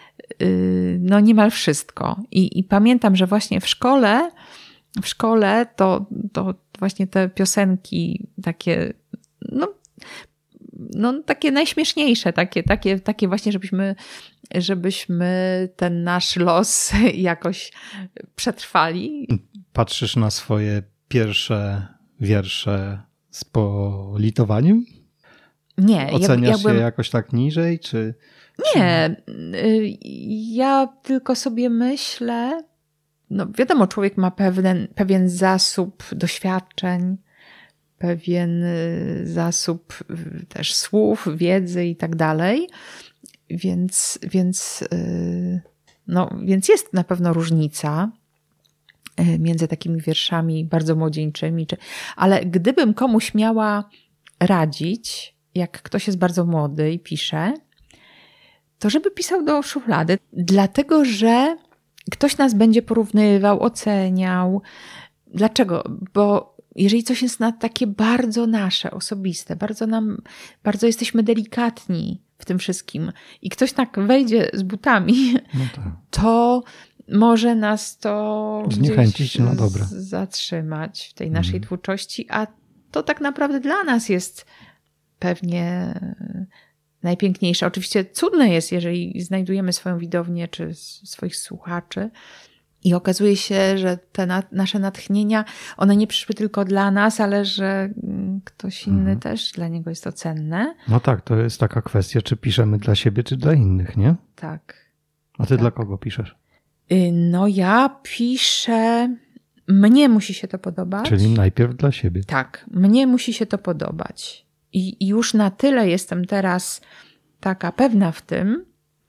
no niemal wszystko. I, i pamiętam, że właśnie w szkole, w szkole to, to właśnie te piosenki takie, no, no takie najśmieszniejsze, takie, takie, takie właśnie, żebyśmy, żebyśmy ten nasz los jakoś przetrwali. Patrzysz na swoje pierwsze wiersze z politowaniem? Nie. Oceniasz jakbym... je jakoś tak niżej, czy... Nie. Ja tylko sobie myślę, no wiadomo, człowiek ma pewien, pewien zasób doświadczeń, pewien zasób też słów, wiedzy i tak dalej. Więc, więc, no, więc jest na pewno różnica między takimi wierszami bardzo młodzieńczymi. Czy, ale gdybym komuś miała radzić, jak ktoś jest bardzo młody i pisze, to żeby pisał do szuflady, dlatego że ktoś nas będzie porównywał, oceniał. Dlaczego? Bo jeżeli coś jest na takie bardzo nasze, osobiste, bardzo nam, bardzo jesteśmy delikatni w tym wszystkim i ktoś tak wejdzie z butami, no tak. to może nas to zniechęcić, no dobra. zatrzymać w tej naszej mm. twórczości, a to tak naprawdę dla nas jest pewnie najpiękniejsze. Oczywiście cudne jest, jeżeli znajdujemy swoją widownię czy swoich słuchaczy i okazuje się, że te na, nasze natchnienia, one nie przyszły tylko dla nas, ale że ktoś inny mhm. też, dla niego jest to cenne. No tak, to jest taka kwestia, czy piszemy dla siebie, czy dla innych, nie? Tak. A ty tak. dla kogo piszesz? No ja piszę... Mnie musi się to podobać. Czyli najpierw dla siebie. Tak, mnie musi się to podobać. I, i już na tyle jestem teraz taka pewna w tym,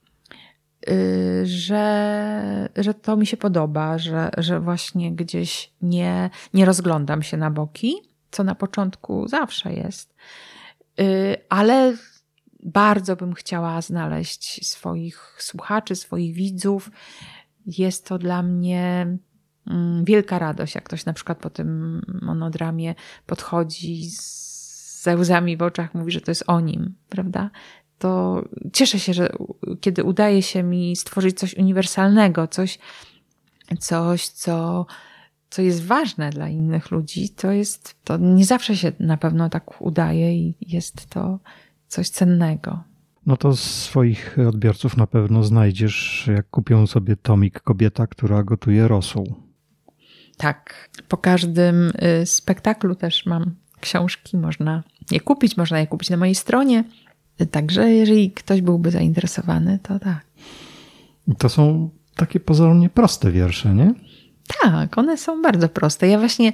yy, że, że to mi się podoba, że, że właśnie gdzieś nie, nie rozglądam się na boki, co na początku zawsze jest. Yy, ale bardzo bym chciała znaleźć swoich słuchaczy, swoich widzów. Jest to dla mnie wielka radość, jak ktoś na przykład po tym monodramie podchodzi ze łzami w oczach, mówi, że to jest o nim, prawda? To cieszę się, że kiedy udaje się mi stworzyć coś uniwersalnego, coś, coś co, co jest ważne dla innych ludzi, to jest, to nie zawsze się na pewno tak udaje i jest to coś cennego. No to swoich odbiorców na pewno znajdziesz, jak kupią sobie tomik Kobieta, która gotuje rosół. Tak. Po każdym spektaklu też mam książki. Można je kupić, można je kupić na mojej stronie. Także jeżeli ktoś byłby zainteresowany, to tak. To są takie pozornie proste wiersze, nie? Tak, one są bardzo proste. Ja właśnie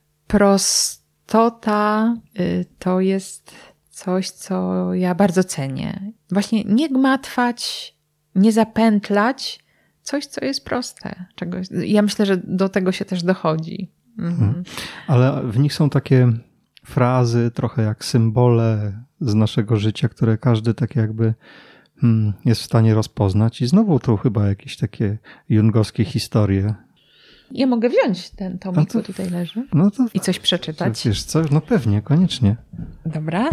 prostota to jest coś, co ja bardzo cenię. Właśnie nie gmatwać, nie zapętlać, coś, co jest proste. Czegoś. Ja myślę, że do tego się też dochodzi. Mhm. Ale w nich są takie frazy, trochę jak symbole z naszego życia, które każdy tak jakby hmm, jest w stanie rozpoznać. I znowu to chyba jakieś takie jungowskie historie. Ja mogę wziąć ten tomik, to, co tutaj leży no to, i coś przeczytać. Wiesz co? No pewnie, koniecznie. Dobra.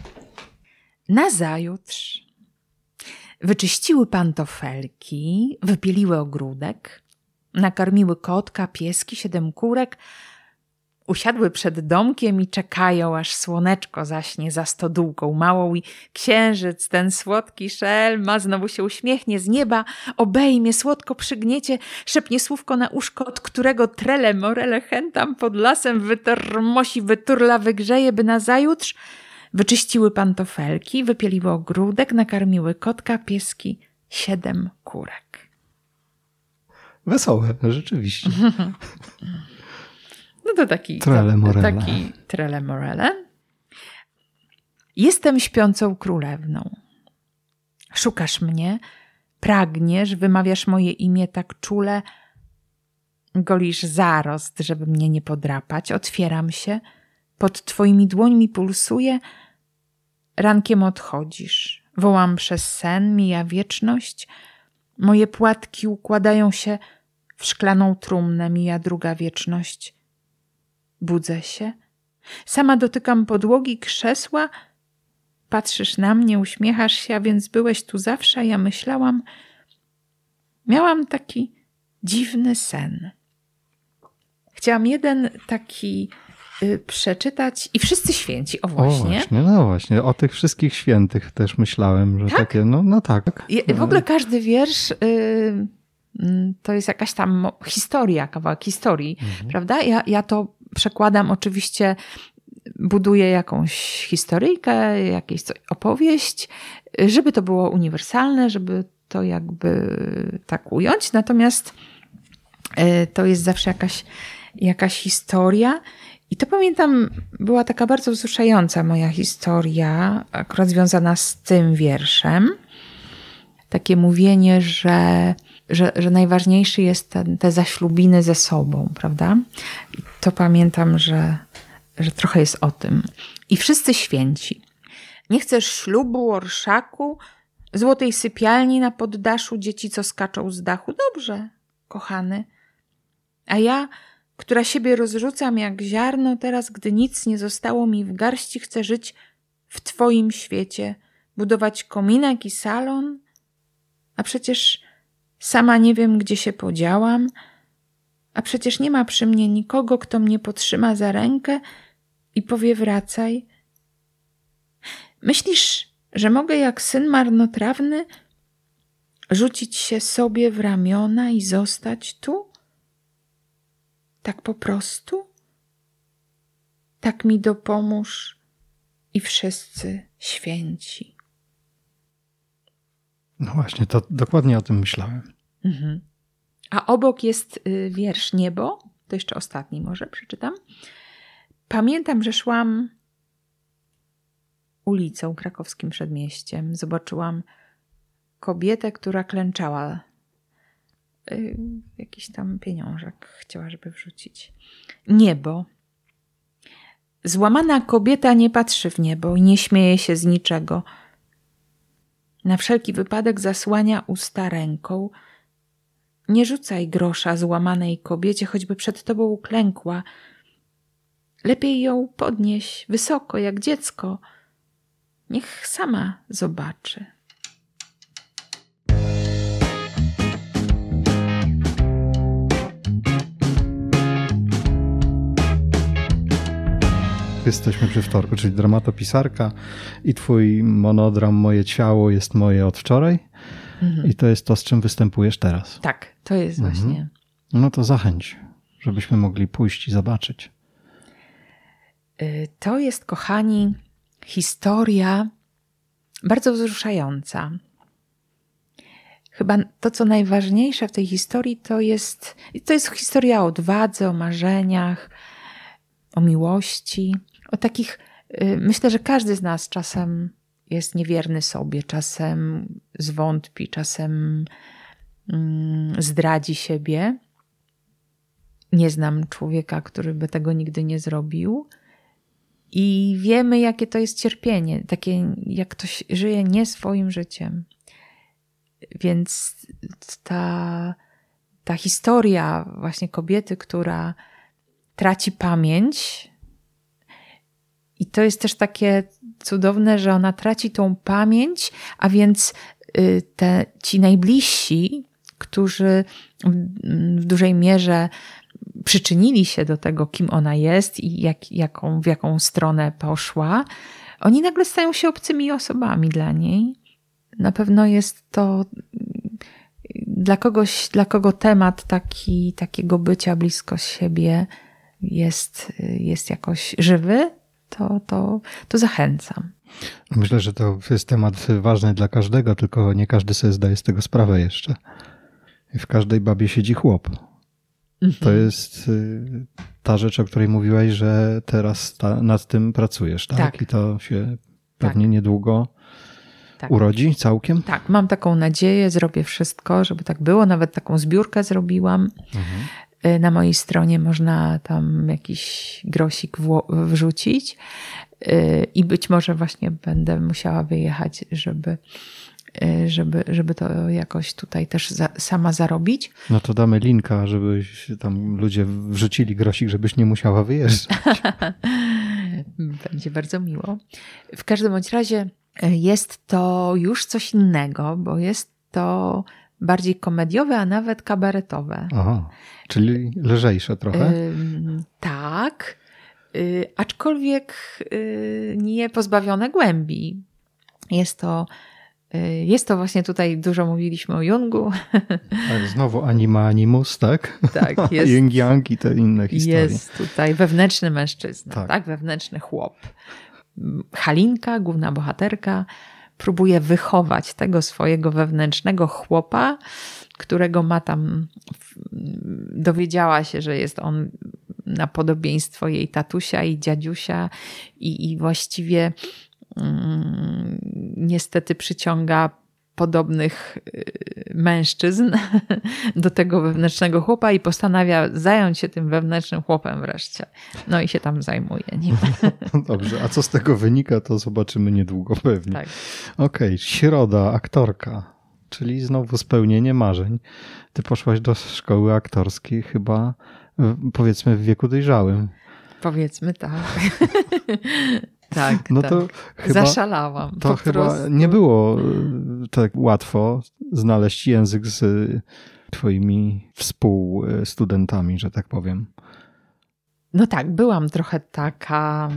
Nazajutrz wyczyściły pantofelki, wypieliły ogródek, nakarmiły kotka, pieski, siedem kurek, usiadły przed domkiem i czekają, aż słoneczko zaśnie za stodółką małą i księżyc, ten słodki szelma, znowu się uśmiechnie z nieba, obejmie, słodko przygniecie, szepnie słówko na uszko, od którego trele, morele chętam pod lasem wytormosi, wyturla, wygrzeje, by nazajutrz wyczyściły pantofelki, wypieliły ogródek, nakarmiły kotka, pieski, siedem kurek. Wesołe, rzeczywiście. No to taki trele morele. Taki trele morele. Jestem śpiącą królewną. Szukasz mnie, pragniesz, wymawiasz moje imię tak czule, golisz zarost, żeby mnie nie podrapać, otwieram się, pod twoimi dłońmi pulsuje, rankiem odchodzisz, Wołam przez sen, mija wieczność. Moje płatki układają się w szklaną trumnę, mija druga wieczność. Budzę się. Sama dotykam podłogi, krzesła. Patrzysz na mnie, uśmiechasz się, a więc byłeś tu zawsze, a ja myślałam. Miałam taki dziwny sen. Chciałam jeden taki y, przeczytać i wszyscy święci, o właśnie. O właśnie, no właśnie, o tych wszystkich świętych też myślałem, że tak? takie, no, no tak. I w ogóle każdy wiersz y, to jest jakaś tam historia, kawałek historii, mhm. prawda? Ja, ja to przekładam oczywiście, buduję jakąś historyjkę, jakąś opowieść, żeby to było uniwersalne, żeby to jakby tak ująć. Natomiast y, to jest zawsze jakaś jakaś historia. I to pamiętam, była taka bardzo wzruszająca moja historia, akurat związana z tym wierszem. Takie mówienie, że, że, że najważniejszy jest ten, te zaślubiny ze sobą, prawda? I to pamiętam, że, że trochę jest o tym. I wszyscy święci. Nie chcesz ślubu, orszaku, złotej sypialni na poddaszu, dzieci, co skaczą z dachu? Dobrze, kochany. A ja, która siebie rozrzucam jak ziarno, teraz, gdy nic nie zostało mi w garści, chcę żyć w twoim świecie, budować kominek i salon, a przecież sama nie wiem, gdzie się podziałam, a przecież nie ma przy mnie nikogo, kto mnie potrzyma za rękę i powie wracaj. Myślisz, że mogę jak syn marnotrawny rzucić się sobie w ramiona i zostać tu? Tak po prostu? Tak mi dopomóż i wszyscy święci. No właśnie, to dokładnie o tym myślałem. Mhm. A obok jest y, wiersz Niebo. To jeszcze ostatni może przeczytam. Pamiętam, że szłam ulicą, krakowskim przedmieściem. Zobaczyłam kobietę, która klęczała. Y, jakiś tam pieniążek chciała, żeby wrzucić. Niebo. Złamana kobieta nie patrzy w niebo i nie śmieje się z niczego. Na wszelki wypadek zasłania usta ręką. Nie rzucaj grosza złamanej kobiecie, choćby przed tobą uklękła. Lepiej ją podnieś wysoko, jak dziecko. Niech sama zobaczy. Jesteśmy przy wtorku, czyli dramatopisarka i twój monodram Moje ciało jest moje od wczoraj. Mhm. I to jest to, z czym występujesz teraz. Tak, to jest mhm. właśnie. No to zachęć, żebyśmy mogli pójść i zobaczyć. To jest, kochani, historia bardzo wzruszająca. Chyba to, co najważniejsze w tej historii, to jest, to jest historia o odwadze, o marzeniach, o miłości, o takich, myślę, że każdy z nas czasem jest niewierny sobie, czasem zwątpi, czasem zdradzi siebie. Nie znam człowieka, który by tego nigdy nie zrobił. I wiemy, jakie to jest cierpienie, takie jak ktoś żyje nie swoim życiem. Więc ta, ta historia właśnie kobiety, która traci pamięć, i to jest też takie cudowne, że ona traci tą pamięć, a więc te, ci najbliżsi, którzy w dużej mierze przyczynili się do tego, kim ona jest i jak, jaką, w jaką stronę poszła, oni nagle stają się obcymi osobami dla niej. Na pewno jest to dla kogoś, dla kogo temat taki, takiego bycia blisko siebie jest, jest jakoś żywy, to, to, to zachęcam. Myślę, że to jest temat ważny dla każdego, tylko nie każdy sobie zdaje z tego sprawę jeszcze. W każdej babie siedzi chłop. Mhm. To jest ta rzecz, o której mówiłaś, że teraz ta, nad tym pracujesz, tak? tak? I to się pewnie tak. niedługo tak. urodzi całkiem? Tak, mam taką nadzieję, zrobię wszystko, żeby tak było. Nawet taką zbiórkę zrobiłam. Mhm. Na mojej stronie można tam jakiś grosik wrzucić. I być może właśnie będę musiała wyjechać, żeby, żeby, żeby to jakoś tutaj też za, sama zarobić. No to damy linka, żeby tam ludzie wrzucili grosik, żebyś nie musiała wyjeżdżać. Będzie bardzo miło. W każdym bądź razie jest to już coś innego, bo jest to bardziej komediowe, a nawet kabaretowe. Aha, czyli lżejsze trochę? Ym, tak, yy, aczkolwiek yy, nie pozbawione głębi. Jest to, yy, jest to właśnie tutaj, dużo mówiliśmy o Jungu. Tak, znowu anima animus, tak? Tak, jest. Yin Yang i te inne historie. Jest tutaj wewnętrzny mężczyzna, tak. Tak. tak, wewnętrzny chłop. Halinka, główna bohaterka, próbuje wychować tego swojego wewnętrznego chłopa, którego ma tam, dowiedziała się, że jest on na podobieństwo jej tatusia i dziadziusia i, i właściwie mm, niestety przyciąga podobnych mężczyzn do tego wewnętrznego chłopa i postanawia zająć się tym wewnętrznym chłopem wreszcie. No i się tam zajmuje nim. Dobrze, a co z tego wynika, to zobaczymy niedługo pewnie. Tak. Okej, okay, środa, aktorka, czyli znowu spełnienie marzeń. Ty poszłaś do szkoły aktorskiej chyba, powiedzmy, w wieku dojrzałym. Powiedzmy tak. Tak, no tak. To chyba, zaszalałam. To chyba prostu. Nie było tak łatwo znaleźć język z twoimi współstudentami, że tak powiem. No tak, byłam trochę taka,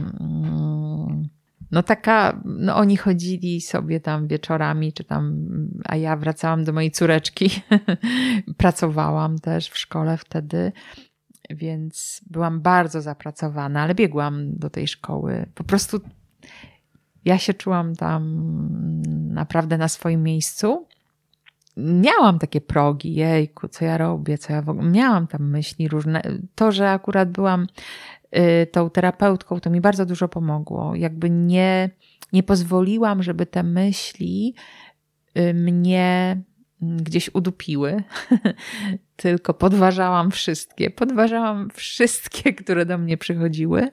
no taka, no oni chodzili sobie tam wieczorami, czy tam, a ja wracałam do mojej córeczki. Pracowałam też w szkole wtedy. Więc byłam bardzo zapracowana, ale biegłam do tej szkoły. Po prostu ja się czułam tam naprawdę na swoim miejscu. Miałam takie progi, jejku, co ja robię, co ja w ogóle... Miałam tam myśli różne. To, że akurat byłam y, tą terapeutką, to mi bardzo dużo pomogło. Jakby nie, nie pozwoliłam, żeby te myśli y, mnie gdzieś udupiły, tylko podważałam wszystkie. Podważałam wszystkie, które do mnie przychodziły.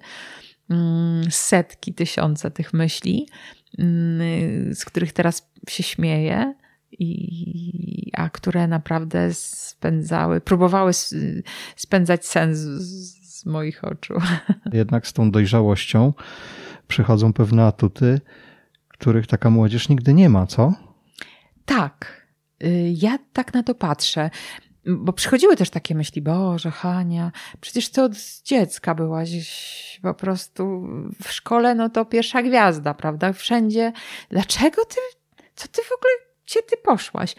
Setki, tysiące tych myśli, z których teraz się śmieję, i, a które naprawdę spędzały, próbowały spędzać sens z, z moich oczu. Jednak z tą dojrzałością przychodzą pewne atuty, których taka młodzież nigdy nie ma, co? Tak. Ja tak na to patrzę, bo przychodziły też takie myśli, Boże, Hania, przecież ty od dziecka byłaś po prostu w szkole, no to pierwsza gwiazda, prawda? Wszędzie. Dlaczego ty, co ty w ogóle, gdzie ty poszłaś?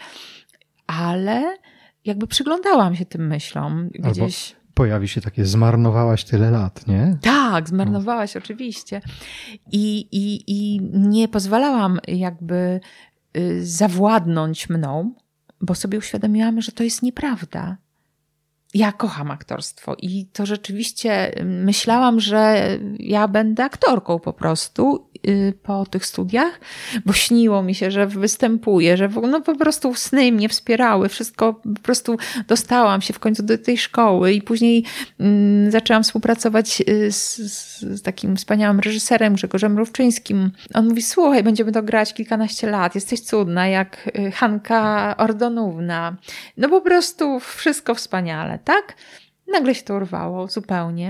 Ale jakby przyglądałam się tym myślom gdzieś. Albo pojawi się takie, zmarnowałaś tyle lat, nie? Tak, zmarnowałaś no. oczywiście. I, i, I nie pozwalałam jakby zawładnąć mną, bo sobie uświadomiłam, że to jest nieprawda. Ja kocham aktorstwo i to rzeczywiście myślałam, że ja będę aktorką po prostu po tych studiach, bo śniło mi się, że występuję, że no po prostu sny mnie wspierały, wszystko po prostu dostałam się w końcu do tej szkoły i później mm, zaczęłam współpracować z, z takim wspaniałym reżyserem Grzegorzem Mrówczyńskim. On mówi, słuchaj, będziemy to grać kilkanaście lat, jesteś cudna jak Hanka Ordonówna. No po prostu wszystko wspaniale, tak? Nagle się to urwało zupełnie.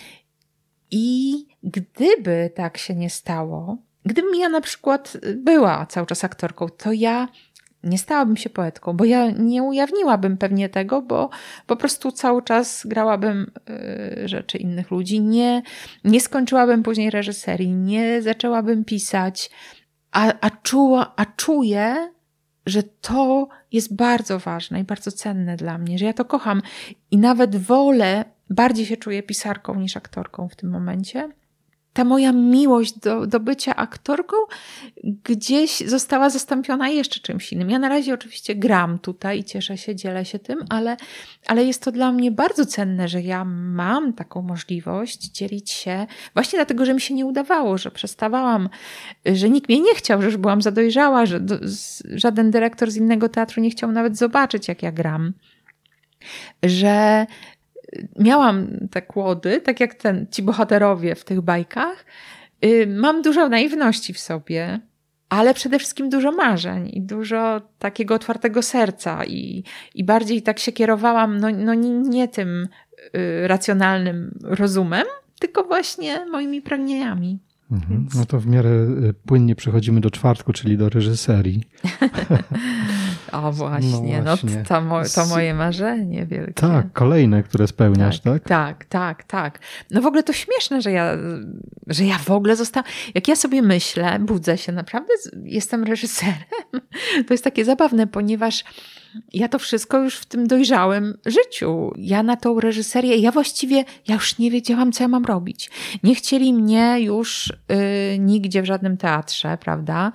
I gdyby tak się nie stało, gdybym ja na przykład była cały czas aktorką, to ja nie stałabym się poetką, bo ja nie ujawniłabym pewnie tego, bo po prostu cały czas grałabym y, rzeczy innych ludzi, nie, nie skończyłabym później reżyserii, nie zaczęłabym pisać, a, a, czuła, a czuję, że to jest bardzo ważne i bardzo cenne dla mnie, że ja to kocham i nawet wolę, bardziej się czuję pisarką niż aktorką w tym momencie. Ta moja miłość do, do bycia aktorką gdzieś została zastąpiona jeszcze czymś innym. Ja na razie oczywiście gram tutaj i cieszę się, dzielę się tym, ale, ale jest to dla mnie bardzo cenne, że ja mam taką możliwość dzielić się właśnie dlatego, że mi się nie udawało, że przestawałam, że nikt mnie nie chciał, że już byłam za dojrzała, że do, z, żaden dyrektor z innego teatru nie chciał nawet zobaczyć, jak ja gram. Że miałam te kłody, tak jak ten, ci bohaterowie w tych bajkach, Yy, mam dużo naiwności w sobie, ale przede wszystkim dużo marzeń i dużo takiego otwartego serca i, i bardziej tak się kierowałam, no, no nie, nie tym yy, racjonalnym rozumem, tylko właśnie moimi pragnieniami. Mhm. Więc... No to w miarę płynnie przechodzimy do czwartku, czyli do reżyserii. O właśnie, no, właśnie. no to, mo, to moje marzenie wielkie. Tak, kolejne, które spełniasz, tak? Tak, tak, tak, tak. No w ogóle to śmieszne, że ja, że ja w ogóle zostałam... Jak ja sobie myślę, budzę się, naprawdę jestem reżyserem. To jest takie zabawne, ponieważ ja to wszystko już w tym dojrzałym życiu. Ja na tą reżyserię, ja właściwie, ja już nie wiedziałam, co ja mam robić. Nie chcieli mnie już y, nigdzie w żadnym teatrze, prawda?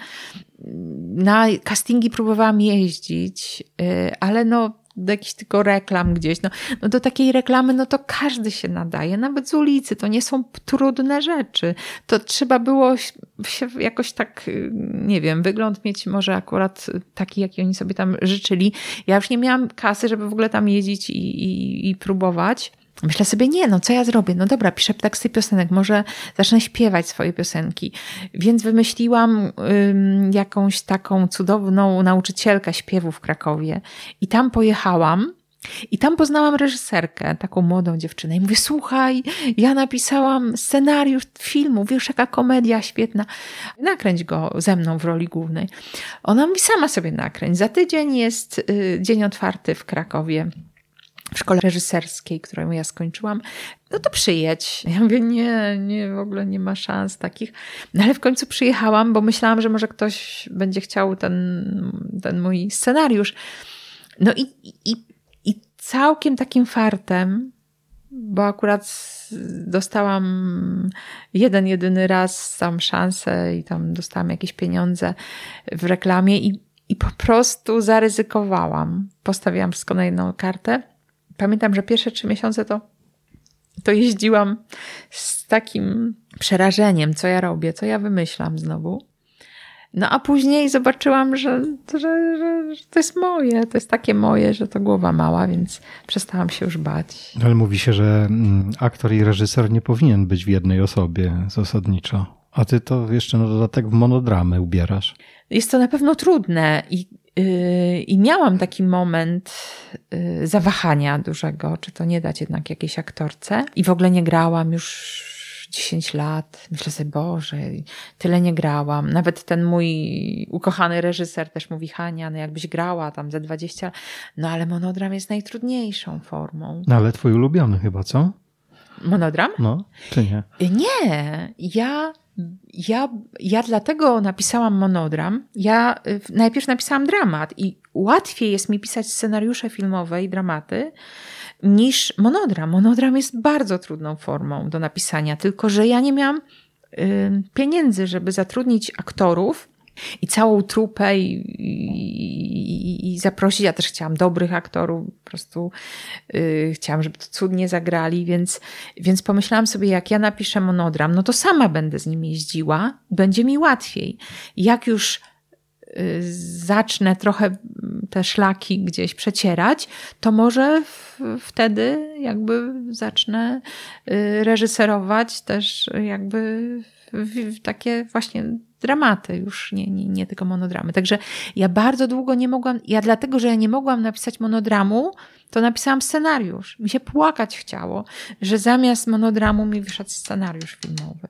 Na castingi próbowałam jeździć, y, ale no do jakichś tylko reklam gdzieś. No, no do takiej reklamy, no to każdy się nadaje, nawet z ulicy. To nie są trudne rzeczy. To trzeba było się jakoś tak, nie wiem, wygląd mieć może akurat taki, jaki oni sobie tam życzyli. Ja już nie miałam kasy, żeby w ogóle tam jeździć i, i, i próbować. Myślę sobie, nie, no co ja zrobię? No dobra, piszę teksty piosenek, może zacznę śpiewać swoje piosenki. Więc wymyśliłam ym, jakąś taką cudowną nauczycielkę śpiewu w Krakowie i tam pojechałam i tam poznałam reżyserkę, taką młodą dziewczynę i mówię, słuchaj, ja napisałam scenariusz filmu, wiesz, jaka komedia świetna, nakręć go ze mną w roli głównej. Ona mówi, sama sobie nakręć. Za tydzień jest y, dzień otwarty w Krakowie. W szkole reżyserskiej, którą ja skończyłam, no to przyjedź. Ja mówię, nie, nie, w ogóle nie ma szans takich. No ale w końcu przyjechałam, bo myślałam, że może ktoś będzie chciał ten, ten mój scenariusz. No i, i, i całkiem takim fartem, bo akurat dostałam jeden, jedyny raz tam szansę i tam dostałam jakieś pieniądze w reklamie i, i po prostu zaryzykowałam. Postawiłam wszystko na jedną kartę. Pamiętam, że pierwsze trzy miesiące to, to jeździłam z takim przerażeniem, co ja robię, co ja wymyślam znowu. No a później zobaczyłam, że, że, że, że to jest moje, to jest takie moje, że to głowa mała, więc przestałam się już bać. Ale mówi się, że aktor i reżyser nie powinien być w jednej osobie zasadniczo. A ty to jeszcze na dodatek w monodramę ubierasz. Jest to na pewno trudne i I miałam taki moment zawahania dużego, czy to nie dać jednak jakiejś aktorce. I w ogóle nie grałam już dziesięć lat. Myślę sobie, Boże, tyle nie grałam. Nawet ten mój ukochany reżyser też mówi, Hania, no jakbyś grała tam za dwadzieścia, no ale monodram jest najtrudniejszą formą. No ale twój ulubiony chyba, co? Monodram? No, czy nie? Nie, ja... Ja, ja dlatego napisałam monodram. Ja najpierw napisałam dramat i łatwiej jest mi pisać scenariusze filmowe i dramaty niż monodram. Monodram jest bardzo trudną formą do napisania, tylko że ja nie miałam y, pieniędzy, żeby zatrudnić aktorów i całą trupę i, i, i zaprosić. Ja też chciałam dobrych aktorów, po prostu yy, chciałam, żeby to cudnie zagrali, więc, więc pomyślałam sobie, jak ja napiszę monodram, no to sama będę z nim jeździła, będzie mi łatwiej. Jak już yy, zacznę trochę te szlaki gdzieś przecierać, to może w, wtedy jakby zacznę yy, reżyserować też jakby w, w takie właśnie dramaty, już nie, nie, nie tylko monodramy. Także ja bardzo długo nie mogłam, ja dlatego, że ja nie mogłam napisać monodramu, to napisałam scenariusz. Mi się płakać chciało, że zamiast monodramu mi wyszedł scenariusz filmowy.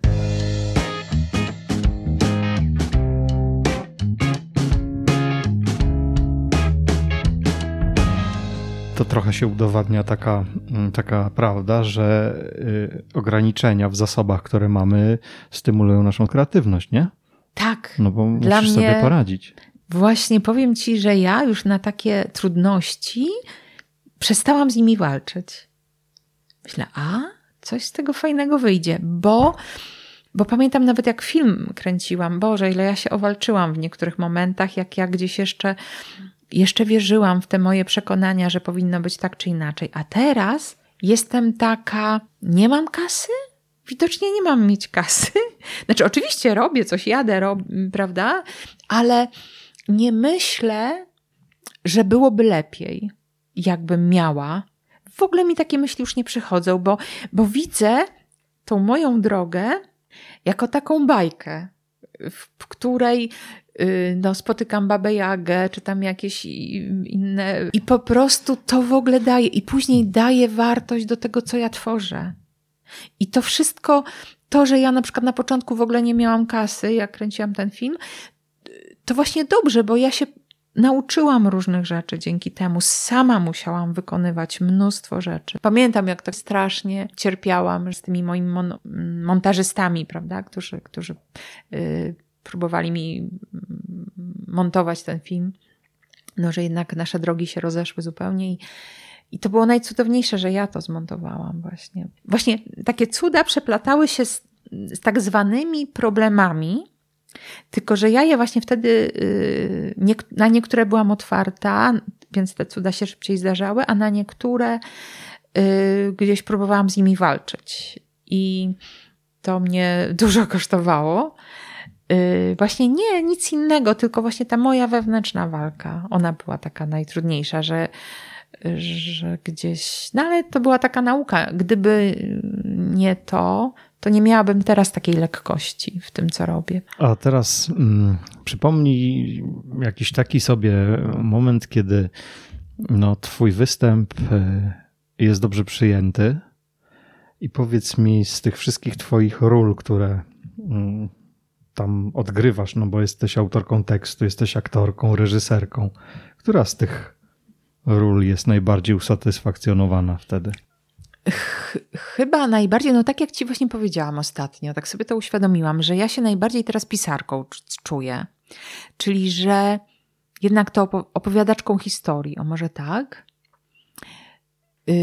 To trochę się udowadnia taka, taka prawda, że y, ograniczenia w zasobach, które mamy, stymulują naszą kreatywność, nie? Tak. No bo Dla musisz mnie sobie poradzić. Właśnie powiem ci, że ja już na takie trudności przestałam z nimi walczyć. Myślę, a coś z tego fajnego wyjdzie, bo, bo pamiętam nawet jak film kręciłam, Boże, ile ja się owalczyłam w niektórych momentach, jak ja gdzieś jeszcze, jeszcze wierzyłam w te moje przekonania, że powinno być tak czy inaczej. A teraz jestem taka, nie mam kasy? Widocznie nie mam mieć kasy. Znaczy oczywiście robię coś, jadę, rob, prawda? Ale nie myślę, że byłoby lepiej, jakbym miała. W ogóle mi takie myśli już nie przychodzą, bo, bo widzę tą moją drogę jako taką bajkę, w której no, spotykam Babę Jagę, czy tam jakieś inne i po prostu to w ogóle daje i później daje wartość do tego, co ja tworzę. I to wszystko, to, że ja na przykład na początku w ogóle nie miałam kasy, jak kręciłam ten film, to właśnie dobrze, bo ja się nauczyłam różnych rzeczy dzięki temu. Sama musiałam wykonywać mnóstwo rzeczy. Pamiętam, jak tak strasznie cierpiałam z tymi moimi mon- montażystami, prawda, którzy, którzy yy, próbowali mi montować ten film. No, że jednak nasze drogi się rozeszły zupełnie i, i to było najcudowniejsze, że ja to zmontowałam właśnie. Właśnie takie cuda przeplatały się z, z tak zwanymi problemami, tylko że ja je właśnie wtedy yy, nie, na niektóre byłam otwarta, więc te cuda się szybciej zdarzały, a na niektóre yy, gdzieś próbowałam z nimi walczyć. I to mnie dużo kosztowało. Yy, właśnie nie, nic innego, tylko właśnie ta moja wewnętrzna walka. Ona była taka najtrudniejsza, że, że gdzieś... No ale to była taka nauka. Gdyby nie to, to nie miałabym teraz takiej lekkości w tym, co robię. A teraz mm, przypomnij jakiś taki sobie moment, kiedy no, twój występ jest dobrze przyjęty i powiedz mi z tych wszystkich twoich ról, które mm, tam odgrywasz, no bo jesteś autorką tekstu, jesteś aktorką, reżyserką. Która z tych ról jest najbardziej usatysfakcjonowana wtedy? Ch- chyba najbardziej, no tak jak ci właśnie powiedziałam ostatnio, tak sobie to uświadomiłam, że ja się najbardziej teraz pisarką czuję. Czyli, że jednak to opo- opowiadaczką historii, o może tak? Yy,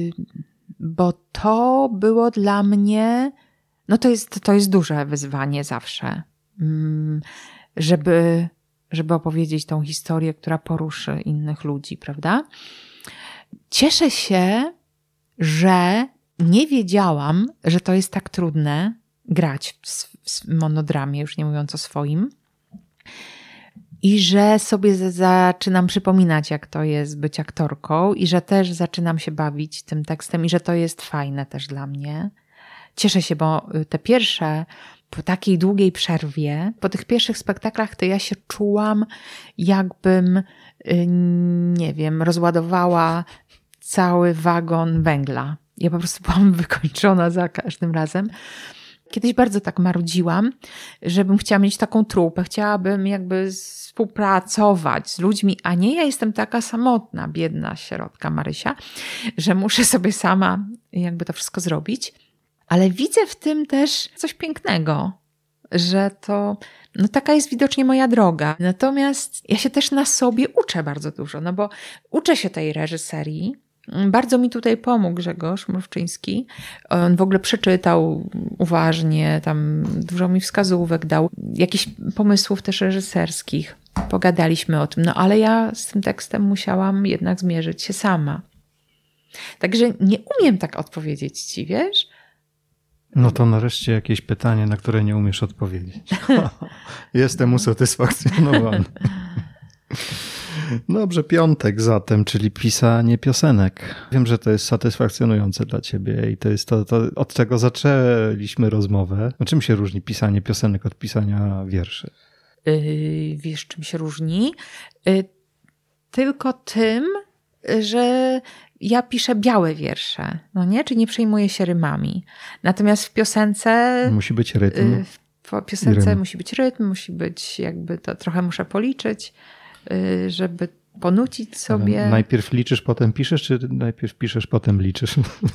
bo to było dla mnie, no to jest, to jest duże wyzwanie zawsze, yy, żeby, żeby opowiedzieć tą historię, która poruszy innych ludzi, prawda? Cieszę się, że nie wiedziałam, że to jest tak trudne grać w monodramie, już nie mówiąc o swoim. I że sobie zaczynam przypominać, jak to jest być aktorką i że też zaczynam się bawić tym tekstem i że to jest fajne też dla mnie. Cieszę się, bo te pierwsze, po takiej długiej przerwie, po tych pierwszych spektaklach, to ja się czułam, jakbym, nie wiem, rozładowała cały wagon węgla. Ja po prostu byłam wykończona za każdym razem. Kiedyś bardzo tak marudziłam, żebym chciała mieć taką trupę, chciałabym jakby współpracować z ludźmi, a nie ja jestem taka samotna, biedna sierotka Marysia, że muszę sobie sama jakby to wszystko zrobić. Ale widzę w tym też coś pięknego, że to, no taka jest widocznie moja droga. Natomiast ja się też na sobie uczę bardzo dużo, no bo uczę się tej reżyserii. Bardzo mi tutaj pomógł Grzegorz Mrówczyński. On w ogóle przeczytał uważnie, tam dużo mi wskazówek dał, jakichś pomysłów też reżyserskich. Pogadaliśmy o tym, no ale ja z tym tekstem musiałam jednak zmierzyć się sama. Także nie umiem tak odpowiedzieć ci, wiesz? No to nareszcie jakieś pytanie, na które nie umiesz odpowiedzieć. Jestem usatysfakcjonowany. Dobrze, piątek zatem, czyli pisanie piosenek. Wiem, że to jest satysfakcjonujące dla ciebie i to jest to, to od czego zaczęliśmy rozmowę. O czym się różni pisanie piosenek od pisania wierszy? Yy, wiesz, czym się różni? Yy, tylko tym, że ja piszę białe wiersze, no nie? Czy nie przejmuję się rymami. Natomiast w piosence... Musi być rytm. Yy, w piosence musi być rytm, musi być jakby to trochę muszę policzyć, żeby ponucić sobie. Ale najpierw liczysz, potem piszesz, czy najpierw piszesz, potem liczysz?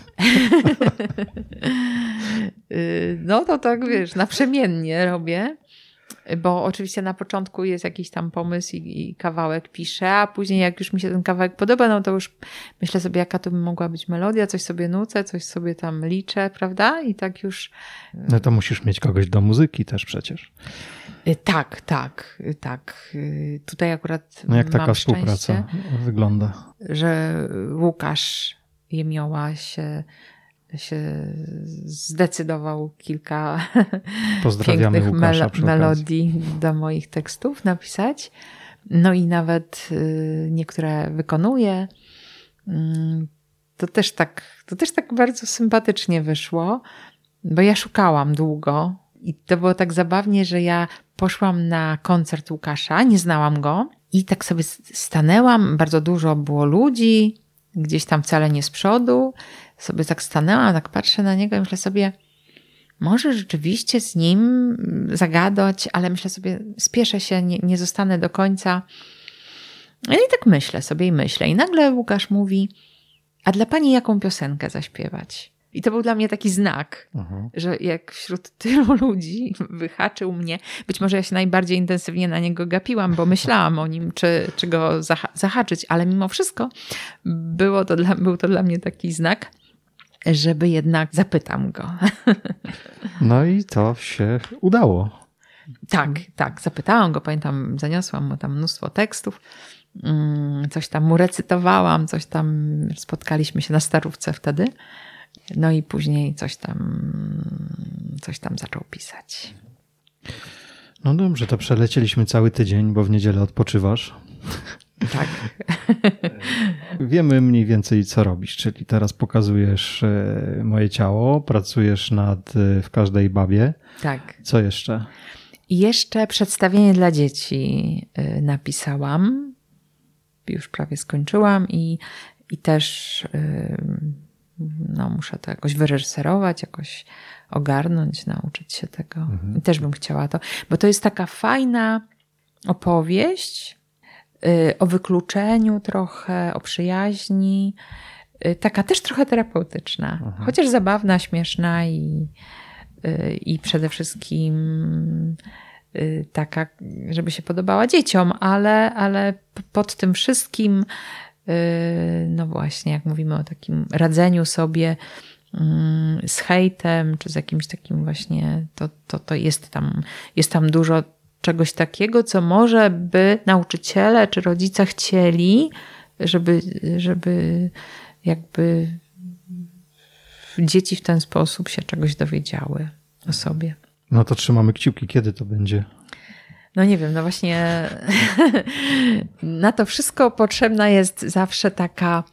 No to tak, wiesz, naprzemiennie robię, bo oczywiście na początku jest jakiś tam pomysł i, i kawałek piszę, a później jak już mi się ten kawałek podoba, no to już myślę sobie, jaka to by mogła być melodia, coś sobie nucę, coś sobie tam liczę, prawda? I tak już... No to musisz mieć kogoś do muzyki też przecież. Tak, tak, tak. Tutaj akurat no jak taka mam współpraca wygląda? Że Łukasz Jemioła się, się zdecydował kilka pięknych Łukasza melo- melodii do moich tekstów napisać. No i nawet niektóre wykonuje. To też tak, to też tak bardzo sympatycznie wyszło, bo ja szukałam długo I to było tak zabawnie, że ja poszłam na koncert Łukasza, nie znałam go i tak sobie stanęłam, bardzo dużo było ludzi, gdzieś tam wcale nie z przodu, sobie tak stanęłam, tak patrzę na niego i myślę sobie, może rzeczywiście z nim zagadać, ale myślę sobie, spieszę się, nie, nie zostanę do końca. I tak myślę sobie i myślę. I nagle Łukasz mówi, a dla pani jaką piosenkę zaśpiewać? I to był dla mnie taki znak, uh-huh. że jak wśród tylu ludzi wyhaczył mnie, być może ja się najbardziej intensywnie na niego gapiłam, bo myślałam o nim, czy, czy go zaha- zahaczyć, ale mimo wszystko było to dla, był to dla mnie taki znak, żeby jednak zapytam go. No i to się udało. Tak, tak, zapytałam go, pamiętam, zaniosłam mu tam mnóstwo tekstów, coś tam mu recytowałam, coś tam, spotkaliśmy się na Starówce wtedy, no i później coś tam, coś tam zaczął pisać. No dobrze, to przelecieliśmy cały tydzień, bo w niedzielę odpoczywasz. Tak. Wiemy mniej więcej, co robisz, czyli teraz pokazujesz moje ciało, pracujesz nad W każdej babie. Tak. Co jeszcze? I jeszcze przedstawienie dla dzieci napisałam. Już prawie skończyłam i, i też no, muszę to jakoś wyreżyserować, jakoś ogarnąć, nauczyć się tego. Mhm. I też bym chciała to, bo to jest taka fajna opowieść o wykluczeniu trochę, o przyjaźni, taka też trochę terapeutyczna, mhm. chociaż zabawna, śmieszna i, i przede wszystkim taka, żeby się podobała dzieciom, ale, ale pod tym wszystkim, no właśnie, jak mówimy o takim radzeniu sobie z hejtem, czy z jakimś takim właśnie, to, to, to jest tam, jest tam dużo czegoś takiego, co może by nauczyciele czy rodzice chcieli, żeby, żeby jakby dzieci w ten sposób się czegoś dowiedziały o sobie. No to trzymamy kciuki. Kiedy to będzie? No nie wiem, no właśnie na to wszystko potrzebna jest zawsze taka,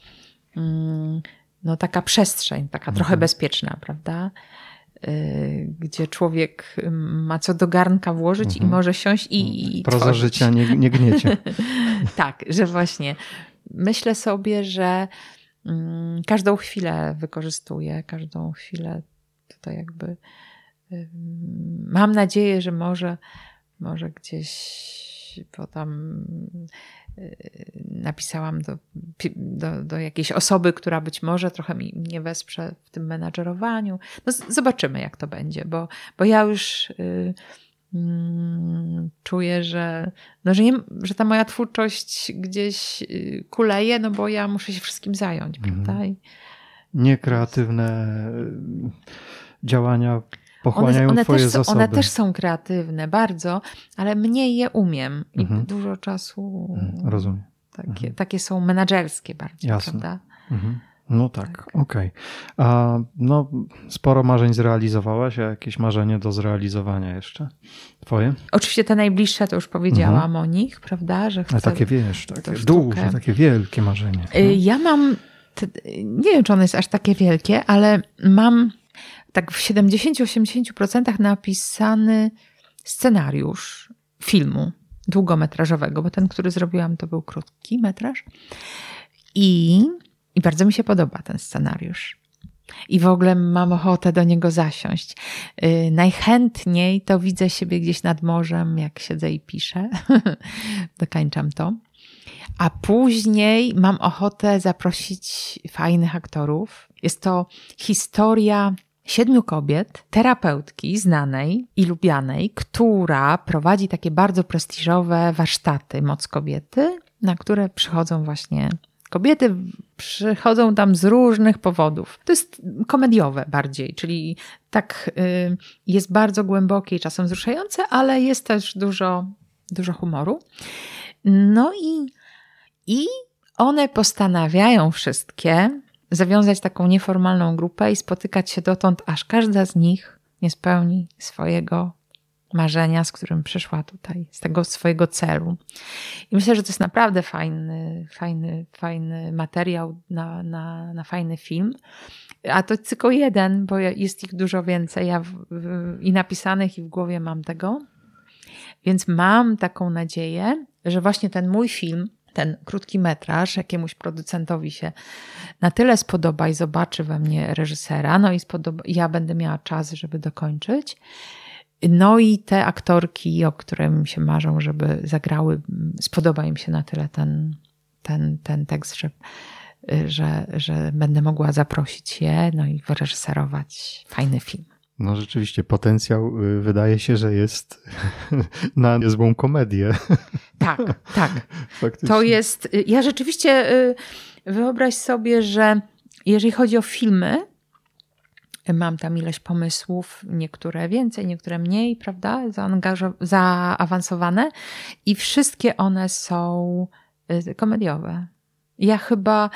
no taka przestrzeń, taka mhm. trochę bezpieczna, prawda? Gdzie człowiek ma co do garnka włożyć mhm. i może siąść i, i Proza tworzyć. życia nie, nie gniecie. Tak, że właśnie myślę sobie, że mm, każdą chwilę wykorzystuję, każdą chwilę tutaj jakby y, mam nadzieję, że może, może gdzieś, bo tam y, napisałam do, do, do jakiejś osoby, która być może trochę mi, mnie wesprze w tym menadżerowaniu. No z, zobaczymy, jak to będzie, bo, bo ja już y, mm, czuję, że, no, że, nie, że ta moja twórczość gdzieś kuleje, no bo ja muszę się wszystkim zająć, mhm. prawda? I niekreatywne działania pochłaniają one, one twoje też są, zasoby. One też są kreatywne, bardzo, ale mniej je umiem i mhm. dużo czasu... Rozumiem. Takie, mhm. takie są menadżerskie bardziej, Jasne. prawda? Mhm. No tak, tak. okej. Okay. No sporo marzeń zrealizowałaś, a jakieś marzenie do zrealizowania jeszcze? Twoje? Oczywiście te najbliższe to już powiedziałam mhm. o nich, prawda? Że chcę a takie wiesz, takie duże, takie wielkie marzenie. No. Ja mam, nie wiem, czy ono jest aż takie wielkie, ale mam tak w siedemdziesiąt do osiemdziesięciu procent napisany scenariusz filmu długometrażowego, bo ten, który zrobiłam, to był krótki metraż. I, i bardzo mi się podoba ten scenariusz. I w ogóle mam ochotę do niego zasiąść. Yy, najchętniej to widzę siebie gdzieś nad morzem, jak siedzę i piszę. Dokańczam to. A później mam ochotę zaprosić fajnych aktorów. Jest to historia siedmiu kobiet, terapeutki znanej i lubianej, która prowadzi takie bardzo prestiżowe warsztaty Moc Kobiety, na które przychodzą właśnie kobiety, przychodzą tam z różnych powodów. To jest komediowe bardziej, czyli tak y, jest bardzo głębokie i czasem wzruszające, ale jest też dużo, dużo humoru. No i, i one postanawiają wszystkie zawiązać taką nieformalną grupę i spotykać się dotąd, aż każda z nich nie spełni swojego marzenia, z którym przyszła tutaj, z tego swojego celu. I myślę, że to jest naprawdę fajny, fajny, fajny materiał na, na, na fajny film. A to tylko jeden, bo jest ich dużo więcej. Ja w, w, i napisanych, i w głowie mam tego. Więc mam taką nadzieję, że właśnie ten mój film, ten krótki metraż jakiemuś producentowi się na tyle spodoba i zobaczy we mnie reżysera, no i spodoba, ja będę miała czas, żeby dokończyć. No i te aktorki, o które mi się marzą, żeby zagrały, spodoba im się na tyle ten, ten, ten tekst, że, że, że będę mogła zaprosić je, no i wyreżyserować fajny film. No rzeczywiście, potencjał wydaje się, że jest na niezłą komedię. Tak, tak. Faktycznie. To jest, ja rzeczywiście wyobraź sobie, że jeżeli chodzi o filmy, mam tam ileś pomysłów, niektóre więcej, niektóre mniej, prawda, zaangażo- zaawansowane i wszystkie one są komediowe. Ja chyba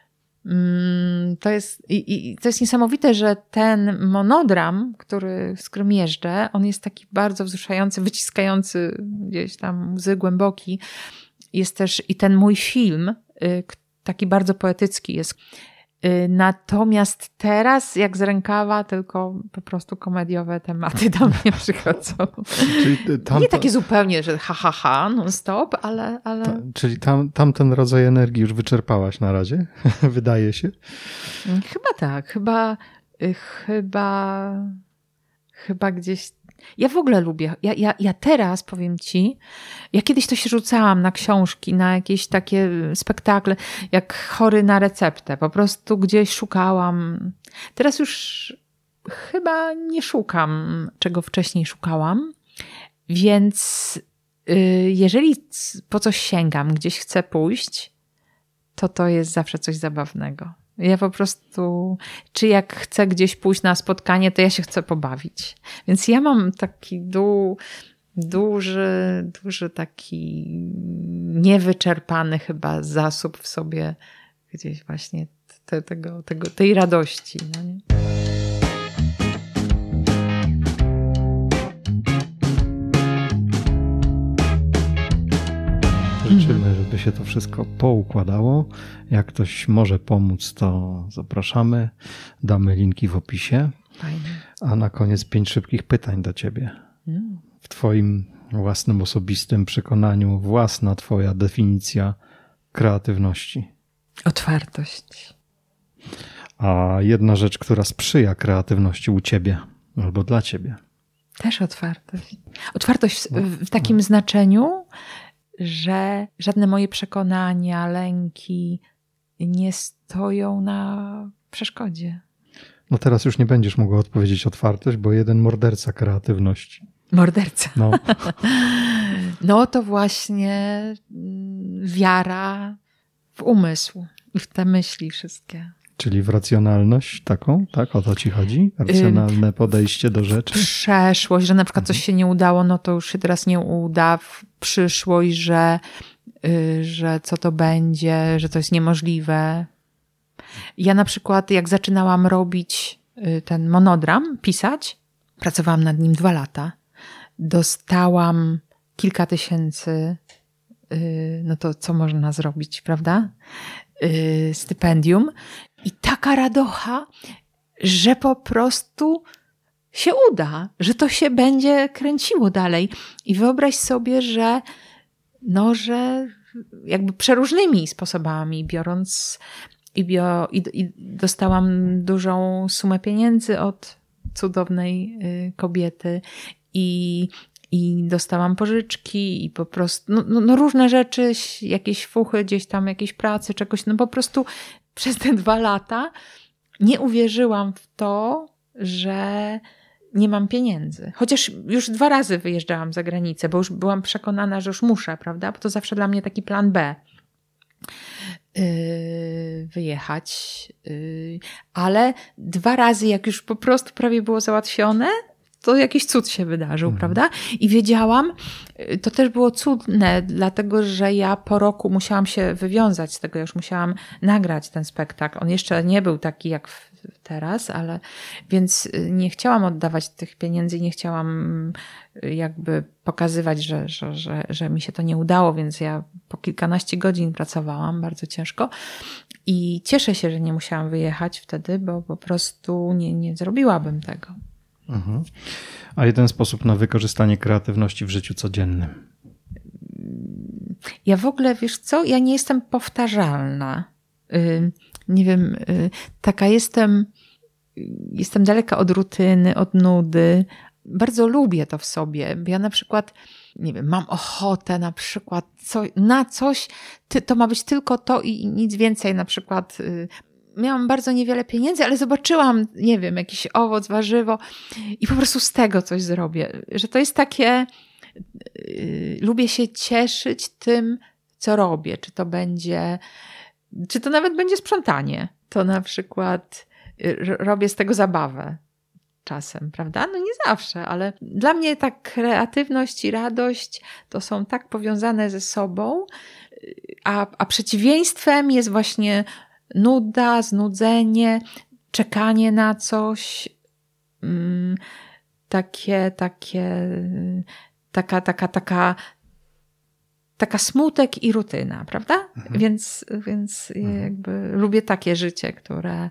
mm, to jest i, i to jest niesamowite, że ten monodram, który, z którym jeżdżę, on jest taki bardzo wzruszający, wyciskający gdzieś tam łzy głęboki. Jest też i ten mój film, taki bardzo poetycki jest. Natomiast teraz, jak z rękawa, tylko po prostu komediowe tematy do mnie przychodzą. Czyli tamto... Nie takie zupełnie, że ha, ha, ha, non stop, ale... ale... Ta, czyli tam, tamten rodzaj energii już wyczerpałaś na razie, wydaje się? Chyba tak, chyba, chyba, chyba gdzieś... Ja w ogóle lubię, ja, ja, ja teraz powiem ci, ja kiedyś to się rzucałam na książki, na jakieś takie spektakle, jak Chory na receptę, po prostu gdzieś szukałam. Teraz już chyba nie szukam, czego wcześniej szukałam, więc jeżeli po coś sięgam, gdzieś chcę pójść, to to jest zawsze coś zabawnego. Ja po prostu, czy jak chcę gdzieś pójść na spotkanie, to ja się chcę pobawić. Więc ja mam taki du, duży, duży taki niewyczerpany chyba zasób w sobie gdzieś właśnie te, tego, tego, tej radości. No nie? Życzymy, żeby się to wszystko poukładało. Jak ktoś może pomóc, to zapraszamy. Damy linki w opisie. Fajnie. A na koniec pięć szybkich pytań do ciebie. Mm. W twoim własnym, osobistym przekonaniu, własna twoja definicja kreatywności. Otwartość. A jedna rzecz, która sprzyja kreatywności u ciebie albo dla ciebie. Też otwartość. Otwartość w, w takim no. znaczeniu, że żadne moje przekonania, lęki nie stoją na przeszkodzie. No teraz już nie będziesz mogła odpowiedzieć otwartość, bo jeden morderca kreatywności. Morderca. No, no to właśnie wiara w umysł i w te myśli wszystkie. Czyli w racjonalność taką, tak? O to ci chodzi? Racjonalne podejście do rzeczy? Przeszłość, że na przykład coś się nie udało, no to już się teraz nie uda. W przyszłość, że, że co to będzie, że to jest niemożliwe. Ja na przykład jak zaczynałam robić ten monodram, pisać, pracowałam nad nim dwa lata. Dostałam kilka tysięcy, no to co można zrobić, prawda? Stypendium. I taka radocha, że po prostu się uda, że to się będzie kręciło dalej. I wyobraź sobie, że no, że jakby przeróżnymi sposobami, biorąc i, bio, i, i dostałam dużą sumę pieniędzy od cudownej y, kobiety i, i dostałam pożyczki i po prostu no, no, no różne rzeczy, jakieś fuchy gdzieś tam, jakieś pracy, czegoś, no po prostu przez te dwa lata nie uwierzyłam w to, że nie mam pieniędzy. Chociaż już dwa razy wyjeżdżałam za granicę, bo już byłam przekonana, że już muszę, prawda? Bo to zawsze dla mnie taki plan B. Yy, wyjechać. Yy, ale dwa razy, jak już po prostu prawie było załatwione, to jakiś cud się wydarzył, mhm. prawda? I wiedziałam, to też było cudne, dlatego, że ja po roku musiałam się wywiązać z tego, ja już musiałam nagrać ten spektakl. On jeszcze nie był taki jak w, teraz, ale więc nie chciałam oddawać tych pieniędzy, nie chciałam jakby pokazywać, że, że, że, że mi się to nie udało, więc ja po kilkanaście godzin pracowałam bardzo ciężko i cieszę się, że nie musiałam wyjechać wtedy, bo po prostu nie, nie zrobiłabym tego. Mhm. A jeden sposób na wykorzystanie kreatywności w życiu codziennym? Ja w ogóle, wiesz co, ja nie jestem powtarzalna. Yy, nie wiem, yy, taka jestem, jestem daleka od rutyny, od nudy. Bardzo lubię to w sobie. Ja na przykład, nie wiem, mam ochotę na przykład co, na coś, ty, to ma być tylko to i nic więcej. Na przykład yy, miałam bardzo niewiele pieniędzy, ale zobaczyłam, nie wiem, jakiś owoc, warzywo i po prostu z tego coś zrobię. Że to jest takie... Lubię się cieszyć tym, co robię. Czy to będzie, czy to nawet będzie sprzątanie. To na przykład robię z tego zabawę czasem, prawda? No nie zawsze, ale dla mnie ta kreatywność i radość to są tak powiązane ze sobą, a, a przeciwieństwem jest właśnie nuda, znudzenie, czekanie na coś, mm, takie, takie... Taka, taka, taka, taka smutek i rutyna, prawda? Mhm. Więc, więc mhm. jakby lubię takie życie, które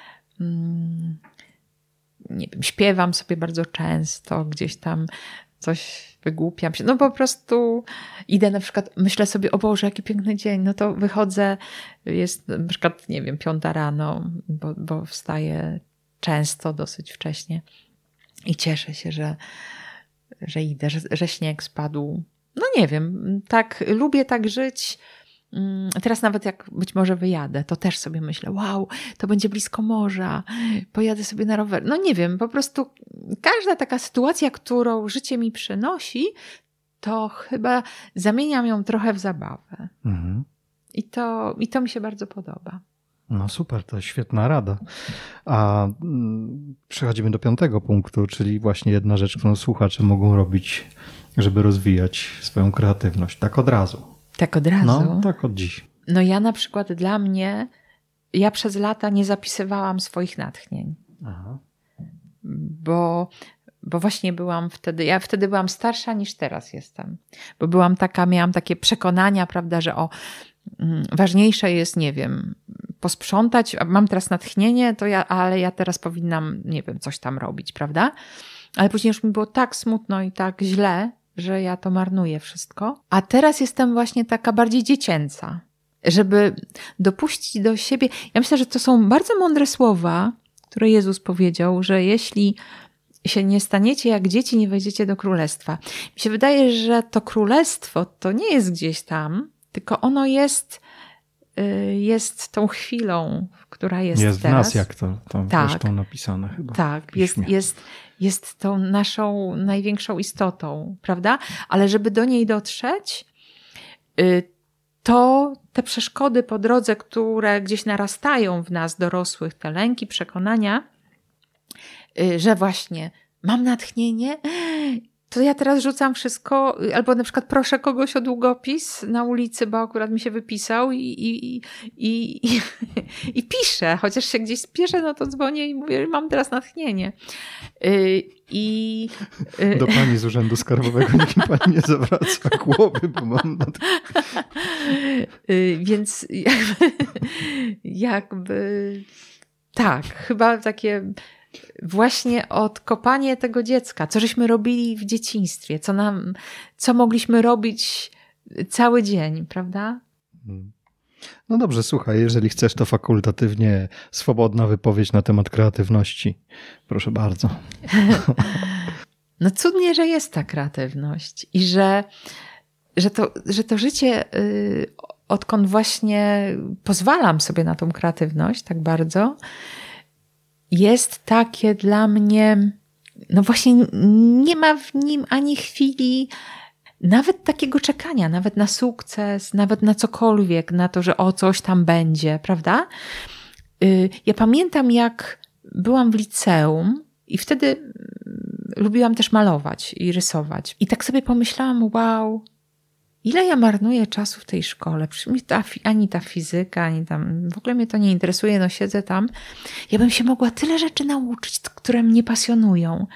mm, nie wiem, śpiewam sobie bardzo często, gdzieś tam coś wygłupiam się. No po prostu idę na przykład, myślę sobie, o Boże, jaki piękny dzień, no to wychodzę, jest na przykład, nie wiem, piąta rano, bo, bo wstaję często, dosyć wcześnie i cieszę się, że że idę, że, że śnieg spadł. No nie wiem, tak lubię tak żyć. Teraz nawet jak być może wyjadę, to też sobie myślę, wow, to będzie blisko morza, pojadę sobie na rower. No nie wiem, po prostu każda taka sytuacja, którą życie mi przynosi, to chyba zamieniam ją trochę w zabawę. Mhm. I to, i to mi się bardzo podoba. No super, to świetna rada. A przechodzimy do piątego punktu, czyli właśnie jedna rzecz, którą słuchacze mogą robić, żeby rozwijać swoją kreatywność. Tak od razu. Tak od razu? No, tak od dziś. No ja na przykład dla mnie, ja przez lata nie zapisywałam swoich natchnień. Aha. Bo, bo właśnie byłam wtedy, ja wtedy byłam starsza niż teraz jestem. Bo byłam taka, miałam takie przekonania, prawda, że o, ważniejsze jest, nie wiem, posprzątać, mam teraz natchnienie, to ja, ale ja teraz powinnam, nie wiem, coś tam robić, prawda? Ale później już mi było tak smutno i tak źle, że ja to marnuję wszystko. A teraz jestem właśnie taka bardziej dziecięca, żeby dopuścić do siebie. Ja myślę, że to są bardzo mądre słowa, które Jezus powiedział, że jeśli się nie staniecie jak dzieci, nie wejdziecie do królestwa. Mi się wydaje, że to królestwo to nie jest gdzieś tam, tylko ono jest, jest tą chwilą, która jest, jest teraz. Jest w nas, jak to tam tak, zresztą napisane chyba. Tak, jest, jest, jest tą naszą największą istotą, prawda? Ale żeby do niej dotrzeć, to te przeszkody po drodze, które gdzieś narastają w nas dorosłych, te lęki, przekonania, że właśnie mam natchnienie, to ja teraz rzucam wszystko, albo na przykład proszę kogoś o długopis na ulicy, bo akurat mi się wypisał i, i, i, i, i piszę, chociaż się gdzieś spieszę, no to dzwonię i mówię, że mam teraz natchnienie. I do pani z Urzędu Skarbowego niech mi pani nie zawraca głowy, bo mam natchnienie. Więc jakby, jakby tak, chyba takie właśnie odkopanie tego dziecka, co żeśmy robili w dzieciństwie, co nam, co mogliśmy robić cały dzień, prawda? No dobrze, słuchaj, jeżeli chcesz, to fakultatywnie swobodna wypowiedź na temat kreatywności. Proszę bardzo. No cudnie, że jest ta kreatywność i że, że, to, że to życie, odkąd właśnie pozwalam sobie na tą kreatywność tak bardzo, jest takie dla mnie, no właśnie nie ma w nim ani chwili nawet takiego czekania, nawet na sukces, nawet na cokolwiek, na to, że o coś tam będzie, prawda? Ja pamiętam, jak byłam w liceum i wtedy lubiłam też malować i rysować. I tak sobie pomyślałam, wow, ile ja marnuję czasu w tej szkole. Przecież mi ta, ani ta fizyka, ani tam, w ogóle mnie to nie interesuje, no siedzę tam. Ja bym się mogła tyle rzeczy nauczyć, które mnie pasjonują,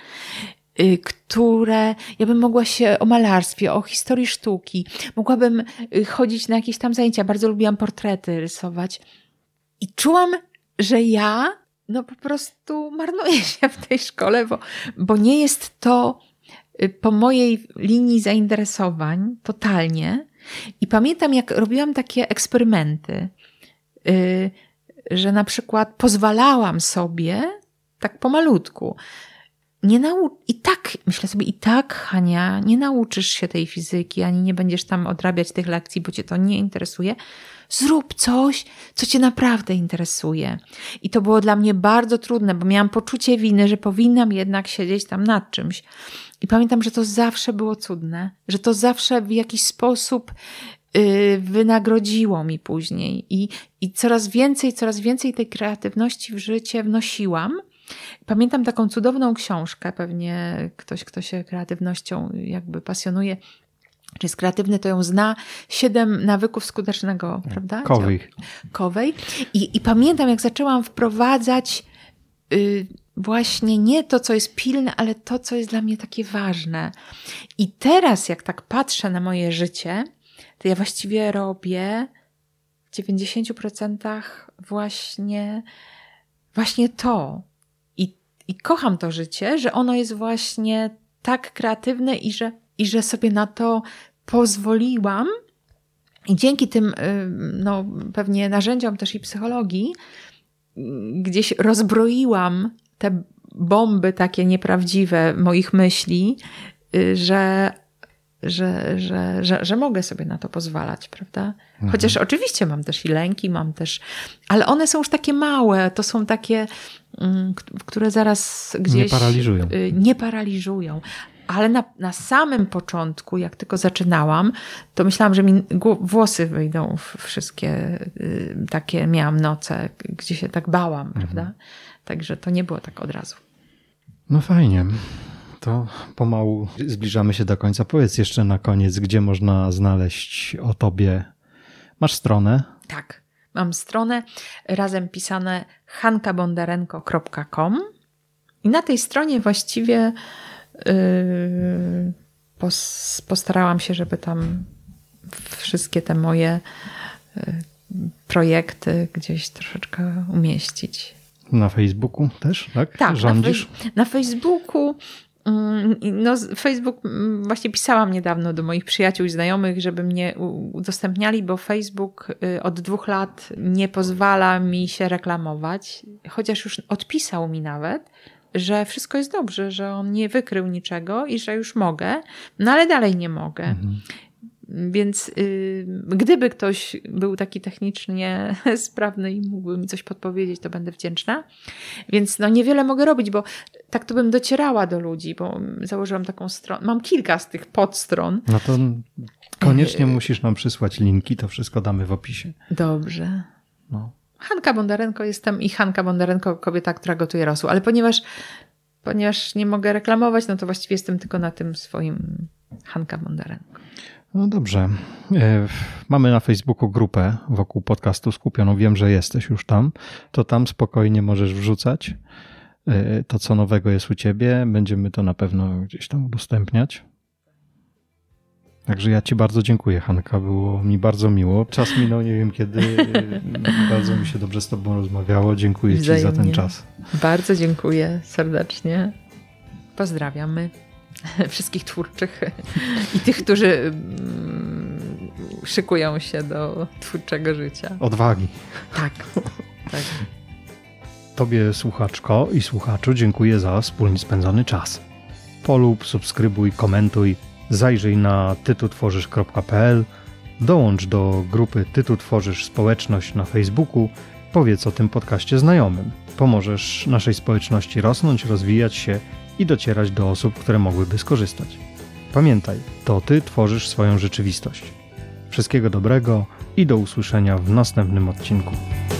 które, ja bym mogła się o malarstwie, o historii sztuki, mogłabym chodzić na jakieś tam zajęcia, bardzo lubiłam portrety rysować i czułam, że ja no po prostu marnuję się w tej szkole, bo, bo nie jest to po mojej linii zainteresowań totalnie. I pamiętam, jak robiłam takie eksperymenty, yy, że na przykład pozwalałam sobie tak pomalutku. Nie nau- I tak, myślę sobie, i tak, Hania, nie nauczysz się tej fizyki, ani nie będziesz tam odrabiać tych lekcji, bo cię to nie interesuje. Zrób coś, co cię naprawdę interesuje. I to było dla mnie bardzo trudne, bo miałam poczucie winy, że powinnam jednak siedzieć tam nad czymś. I pamiętam, że to zawsze było cudne, że to zawsze w jakiś sposób yy, wynagrodziło mi później. I, I coraz więcej, coraz więcej tej kreatywności w życie wnosiłam. Pamiętam taką cudowną książkę, pewnie ktoś, kto się kreatywnością jakby pasjonuje, czy jest kreatywny, to ją zna. Siedem nawyków skutecznego, prawda? Covey. Covey. I, I pamiętam, jak zaczęłam wprowadzać yy, właśnie nie to, co jest pilne, ale to, co jest dla mnie takie ważne. I teraz, jak tak patrzę na moje życie, to ja właściwie robię w dziewięćdziesięciu procentach właśnie, właśnie to. I, I kocham to życie, że ono jest właśnie tak kreatywne i że I że sobie na to pozwoliłam i dzięki tym no, pewnie narzędziom też i psychologii gdzieś rozbroiłam te bomby takie nieprawdziwe moich myśli, że, że, że, że, że mogę sobie na to pozwalać, prawda? Mhm. Chociaż oczywiście mam też i lęki, mam też, ale one są już takie małe, to są takie, które zaraz gdzieś nie paraliżują. Nie paraliżują. Ale na, na samym początku, jak tylko zaczynałam, to myślałam, że mi włosy wyjdą wszystkie y, takie, miałam noce, gdzie się tak bałam, mhm. prawda? Także to nie było tak od razu. No fajnie. To pomału zbliżamy się do końca. Powiedz jeszcze na koniec, gdzie można znaleźć o tobie. Masz stronę? Tak, mam stronę razem pisane hanka bondarenko kropka com i na tej stronie właściwie Yy, postarałam się, żeby tam wszystkie te moje yy, projekty gdzieś troszeczkę umieścić. Na Facebooku też, tak? Tak, rządzisz? Na, fej- na Facebooku no Facebook, właśnie pisałam niedawno do moich przyjaciół i znajomych, żeby mnie udostępniali, bo Facebook od dwóch lat nie pozwala mi się reklamować, chociaż już odpisał mi nawet, że wszystko jest dobrze, że on nie wykrył niczego i że już mogę, no ale dalej nie mogę. Mhm. Więc y, gdyby ktoś był taki technicznie sprawny i mógłby mi coś podpowiedzieć, to będę wdzięczna. Więc no niewiele mogę robić, bo tak to bym docierała do ludzi, bo założyłam taką stronę. Mam kilka z tych podstron. No to koniecznie y- musisz nam przysłać linki, to wszystko damy w opisie. Dobrze. No. Hanka Bondarenko jestem i Hanka Bondarenko, kobieta, która gotuje rosół. Ale ponieważ, ponieważ nie mogę reklamować, no to właściwie jestem tylko na tym swoim Hanka Bondarenko. No dobrze. Mamy na Facebooku grupę wokół podcastu skupioną. Wiem, że jesteś już tam. To tam spokojnie możesz wrzucać to, co nowego jest u ciebie. Będziemy to na pewno gdzieś tam udostępniać. Także ja ci bardzo dziękuję, Hanka. Było mi bardzo miło. Czas minął, nie wiem kiedy. Bardzo mi się dobrze z tobą rozmawiało. Dziękuję Wzajemnie. ci za ten czas. Bardzo dziękuję serdecznie. Pozdrawiamy wszystkich twórczych i tych, którzy szykują się do twórczego życia. Odwagi. Tak, tak. Tobie, słuchaczko i słuchaczu, dziękuję za wspólnie spędzony czas. Polub, subskrybuj, komentuj, zajrzyj na ty tu tworzysz kropka p l, dołącz do grupy Ty tu tworzysz społeczność na Facebooku, powiedz o tym podcaście znajomym. Pomożesz naszej społeczności rosnąć, rozwijać się i docierać do osób, które mogłyby skorzystać. Pamiętaj, to ty tworzysz swoją rzeczywistość. Wszystkiego dobrego i do usłyszenia w następnym odcinku.